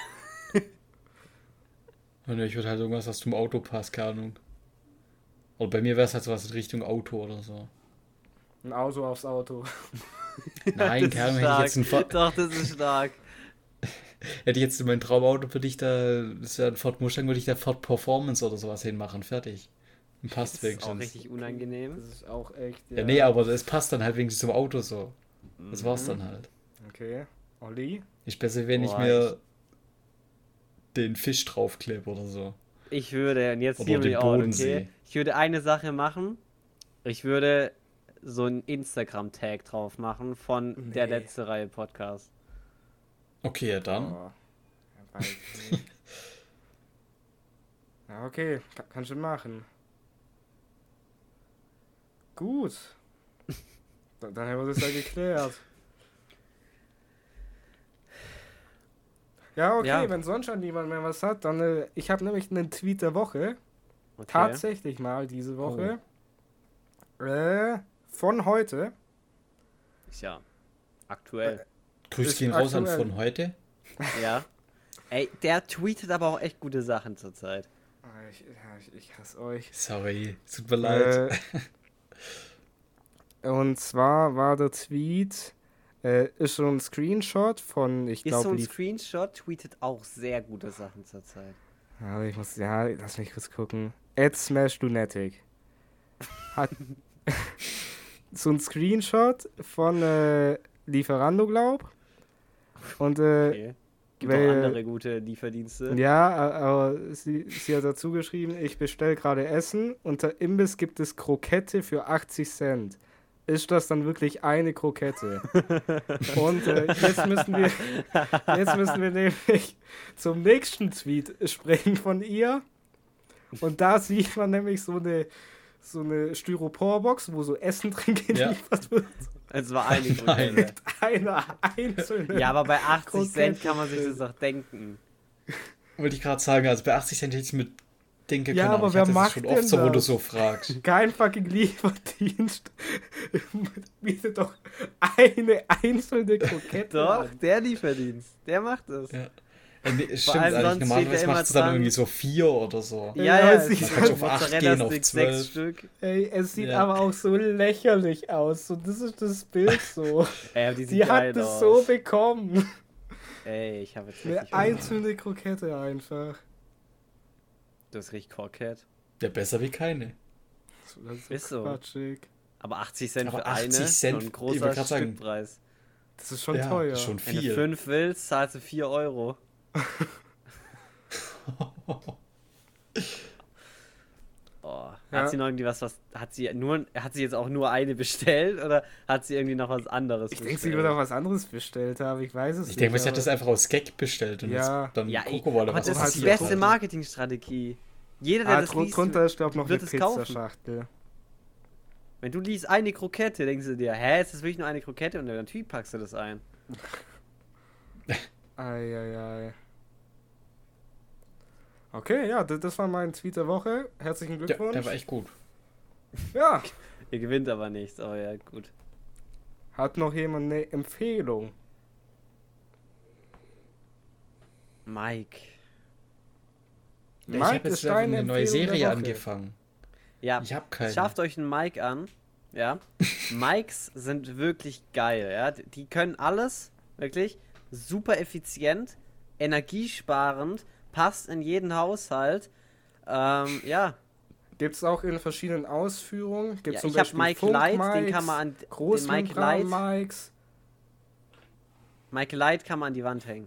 Und ich würde halt irgendwas, was zum Auto passt, keine Ahnung. Oder bei mir wäre es halt sowas in Richtung Auto oder so. Ein Auto aufs Auto. Nein, Das keine ist Ahnung, hätte ich jetzt ein stark. Ford, Doch, das ist stark. hätte ich jetzt mein Traumauto für dich da, das wäre ein Ford Mustang, würde ich da Ford Performance oder sowas hinmachen, fertig. Und passt Das ist auch wenigstens. richtig unangenehm. Das ist auch echt. Ja, nee, aber es passt dann halt wenigstens zum Auto so. Das war's Mhm. dann halt. Okay. Olli? Ich besser, wenn ich Boah, mir den Fisch draufklebe oder so. Ich würde, und jetzt Oder hier den mich out, Bodensee. okay? Ich würde eine Sache machen Ich würde so einen Instagram-Tag drauf machen von Nee. der letzte Reihe Podcast. Okay, ja dann. Oh, ja, weiß ich nicht. Ja, okay, kann, kannst du machen. Gut. Dann dann haben wir das ja geklärt. Ja, okay, Ja. wenn sonst schon niemand mehr was hat, dann, äh, ich habe nämlich einen Tweet der Woche. Okay. Tatsächlich mal diese Woche. Äh, von heute. Ist ja aktuell. Grüß Ist gehen raus an aktuell. von heute. Ja. Ey, der tweetet aber auch echt gute Sachen zurzeit. Ah, Ich, ja, ich, ich hasse euch. Sorry, es tut mir leid. Äh, und zwar war der Tweet, äh, ist so ein Screenshot von, ich Ist so glaube, ein Screenshot, tweetet auch sehr gute Sachen zurzeit. ja, ich muss, ja, lass mich kurz gucken. At Smash Lunatic. Hat so ein Screenshot von äh, Lieferando, glaub. Und äh, Okay. Gibt weil- auch andere gute Lieferdienste. ja, a- aber sie, sie hat dazu geschrieben, ich bestelle gerade Essen. Unter Imbiss gibt es Krokette für achtzig Cent. Ist das dann wirklich eine Krokette? Und äh, jetzt müssen wir jetzt müssen wir nämlich zum nächsten Tweet springen von ihr. Und da sieht man nämlich so eine so eine Styroporbox, wo so Essen drin geliefert wird. Es war eine Nein. Krokette. Eine einzelne. Ja, aber bei achtzig Cent Krokette kann man sich drin. das doch denken. Wollte ich gerade sagen, also bei achtzig Cent hätte ich es mit denken Ja, können, aber ich wer hatte das macht schon denn oft so, wo du das? so fragst. Kein fucking Lieferdienst bietet doch eine einzelne Krokette Doch, an. der Lieferdienst. Der macht das. Ja. Ja, nee, stimmt, allem eigentlich sonst normalerweise steht ja macht es immer dann dran- irgendwie so vier oder so. Ja, Ja, ja, es es sieht ist halt auf acht Mozzarella gehen, auf Sticks, zwölf. sechs Stück. Ey, es sieht Ja. aber auch so lächerlich aus. So, das ist das Bild so. Ey, aber die Sie sieht geil hat es aus. so bekommen. Ey, ich habe jetzt Eine richtig Hunger. einzelne Krokette einfach. Das ist richtig Korkett. Ja, besser wie keine. So, das ist, Ist so so. quatschig. Aber achtzig Cent Aber für achtzig eine, Cent, schon ein ich großer wollte grad sagen. Stückpreis. Das ist schon ja, teuer. Schon Wenn du viel. fünf willst, zahlst du vier Euro. Oh. Ja. Hat sie noch irgendwie was, was, hat sie nur, hat sie jetzt auch nur eine bestellt oder hat sie irgendwie noch was anderes Ich bestellt? denke, sie wird auch was anderes bestellt haben. Ich weiß es Ich nicht. denke, sie hat aber- das einfach aus Gag bestellt und Ja. jetzt dann Ja, ich, gucken wollen, aber was das ist halt die so beste kommt. Marketingstrategie. Jeder, der Ah, das dr liest, drunter ist, glaube ich, noch wird eine es kaufen. Pizzaschachtel. wenn du liest eine Krokette, denkst du dir, hä, ist das wirklich nur eine Krokette? Und dann natürlich packst du das ein. Eieiei. Okay, ja, das, das war mein Tweet der Woche. Herzlichen Ja, Glückwunsch. der war echt gut. Ja, Ihr gewinnt aber nichts, aber ja, gut. hat noch jemand eine Empfehlung? Mike. Ja, ich Mike, habe jetzt ist wieder deine eine neue Empfehlung der Serie Woche? angefangen. Ja, Ich habe keine. schafft euch einen Mike an. Ja. Mikes sind wirklich geil, ja. Die können alles, wirklich, super effizient, energiesparend, passt in jeden Haushalt. Ähm, ja. Gibt es auch in verschiedenen Ausführungen. Gibt ja zum ich habe Beispiel Mike Light, den kann man an den Mike Light, Großmembran-Mikes. Mike Light kann man an die Wand hängen.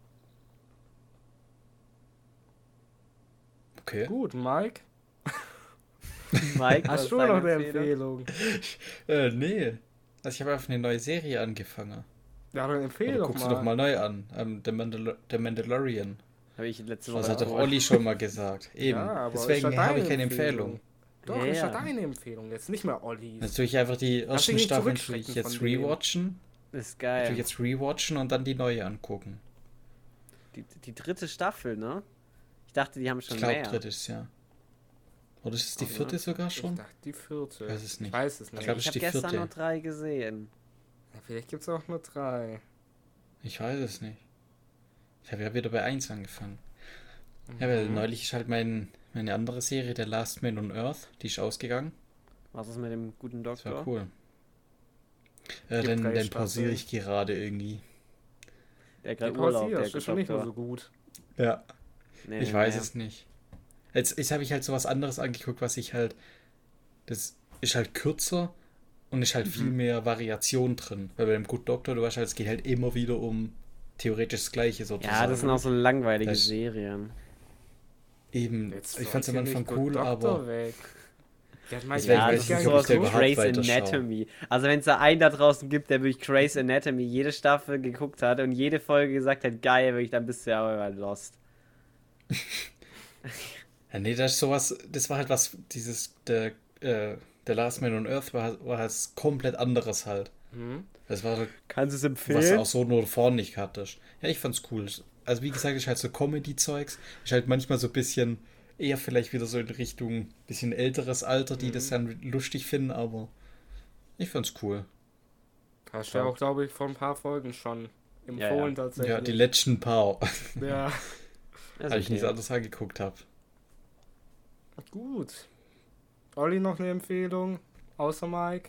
Okay. Gut, Mike. Mike, was Hast ist du deine noch eine Empfehlung? Empfehlung? Äh, nee. Also ich habe einfach eine neue Serie angefangen. Ja, dann empfehle Oder doch guckst mal. du doch mal neu an. Ähm, The, Mandal The Mandalorian. Habe ich letzte Woche Das hat doch auch- Olli schon mal gesagt. Eben. Ja, aber ist Deswegen ja habe ich deine keine Empfehlung. Doch, Ja, ist ja ja. deine Empfehlung, jetzt nicht mehr Ollis. Natürlich einfach die Lass dich ersten nicht Staffeln tue zurückschrecken ich jetzt von dem. rewatchen. Ist Tue geil. ich jetzt rewatchen und dann die neue angucken. Die, die dritte Staffel, ne? Ich dachte, die haben schon Ich glaube, mehr. drittes, ja. Oder ist es die Also, vierte sogar Ich schon? dachte die vierte. Ich weiß es nicht. Ich weiß es nicht. glaub, Ich es habe ist die gestern vierte. nur drei gesehen. Ja, vielleicht gibt es auch nur drei. Ich weiß es nicht. Ich habe ja wieder bei eins angefangen. Ja, weil Mhm. neulich ist halt mein, meine andere Serie, der Last Man on Earth, die ist ausgegangen. Was ist mit dem guten Das Doktor? war cool. Äh, Gibt den drei den pausiere Staffeln. ich gerade irgendwie. Der Die gerade Urlaub, Pausier, der das ist schon nicht mehr Doktor. so gut. Ja. Nee, Ich nee, weiß nee. es nicht. Jetzt, jetzt habe ich halt sowas anderes angeguckt, was ich halt. Das ist halt kürzer und ist halt viel mehr Variation drin. Weil bei dem Good Doctor, du weißt halt, es geht halt immer wieder um theoretisch das Gleiche sozusagen. Ja, das sind auch so langweilige Das- Serien. Eben, Jetzt ich fand es am fliegt hier Anfang nicht Good cool, Doctor aber. weg. Ja, Deswegen manchmal Ja, weiß das ich ist nicht, ob sowas ich da wie überhaupt Grey's weiterschaue. Anatomy. Also wenn es da einen da draußen gibt, der wirklich Grey's Anatomy jede Staffel geguckt hat und jede Folge gesagt hat, geil, wirklich, dann bist du ja aber lost. Ja, nee, das ist sowas, das war halt was, dieses, der, äh, der Last Man on Earth war, war halt komplett anderes halt. Hm? Das war, Kannst du es was du empfehlen? auch so nur vorne nicht hattest. Ja, ich fand's cool. Also wie gesagt, ist halt so Comedy-Zeugs, ist halt manchmal so ein bisschen, eher vielleicht wieder so in Richtung bisschen älteres Alter, die das dann lustig finden, aber ich fand's cool. Hast du ja auch, glaube ich, vor ein paar Folgen schon empfohlen Ja, ja. tatsächlich. Ja, die letzten paar, Ja, Das weil ist ich nichts okay. anderes angeguckt habe. gut. Olli, noch eine Empfehlung? Außer Mike?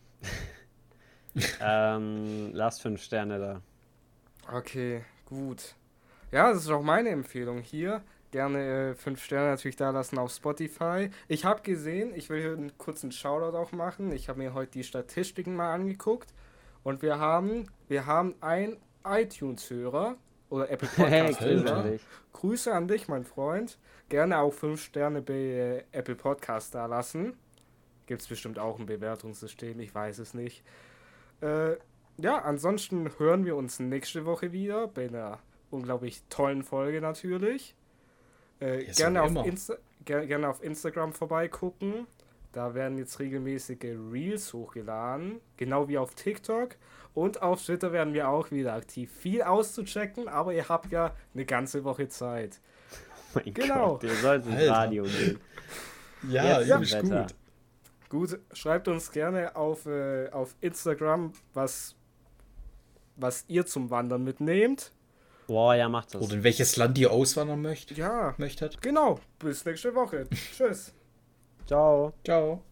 ähm, lass fünf Sterne da. Okay, gut. Ja, das ist auch meine Empfehlung hier. Gerne äh, fünf Sterne natürlich da lassen auf Spotify. Ich habe gesehen, ich will hier einen kurzen Shoutout auch machen. Ich habe mir heute die Statistiken mal angeguckt. Und wir haben, wir haben einen iTunes-Hörer oder Apple Hey, Podcast-Hörer. grüße Alter. dich. Grüße an dich, mein Freund. Gerne auch fünf Sterne bei äh, Apple Podcast da lassen. Gibt es bestimmt auch ein Bewertungssystem, ich weiß es nicht. Äh, ja, ansonsten hören wir uns nächste Woche wieder bei einer unglaublich tollen Folge natürlich. Äh, Ja, so gerne, auf immer. Insta ger gerne auf Instagram vorbeigucken. Da werden jetzt regelmäßige Reels hochgeladen, genau wie auf TikTok. Und auf Twitter werden wir auch wieder aktiv. Viel auszuchecken, aber ihr habt ja eine ganze Woche Zeit. Mein Genau. Gott, ihr sollt ins Alter. Radio gehen. Ja, Jetzt ja, im ist Wetter. gut. Gut, schreibt uns gerne auf, äh, auf Instagram, was, was ihr zum Wandern mitnehmt. Boah, ja, macht das. Oder in welches Land ihr auswandern möchtet. Ja, möchtet. genau. Bis nächste Woche. Tschüss. Ciao. Ciao.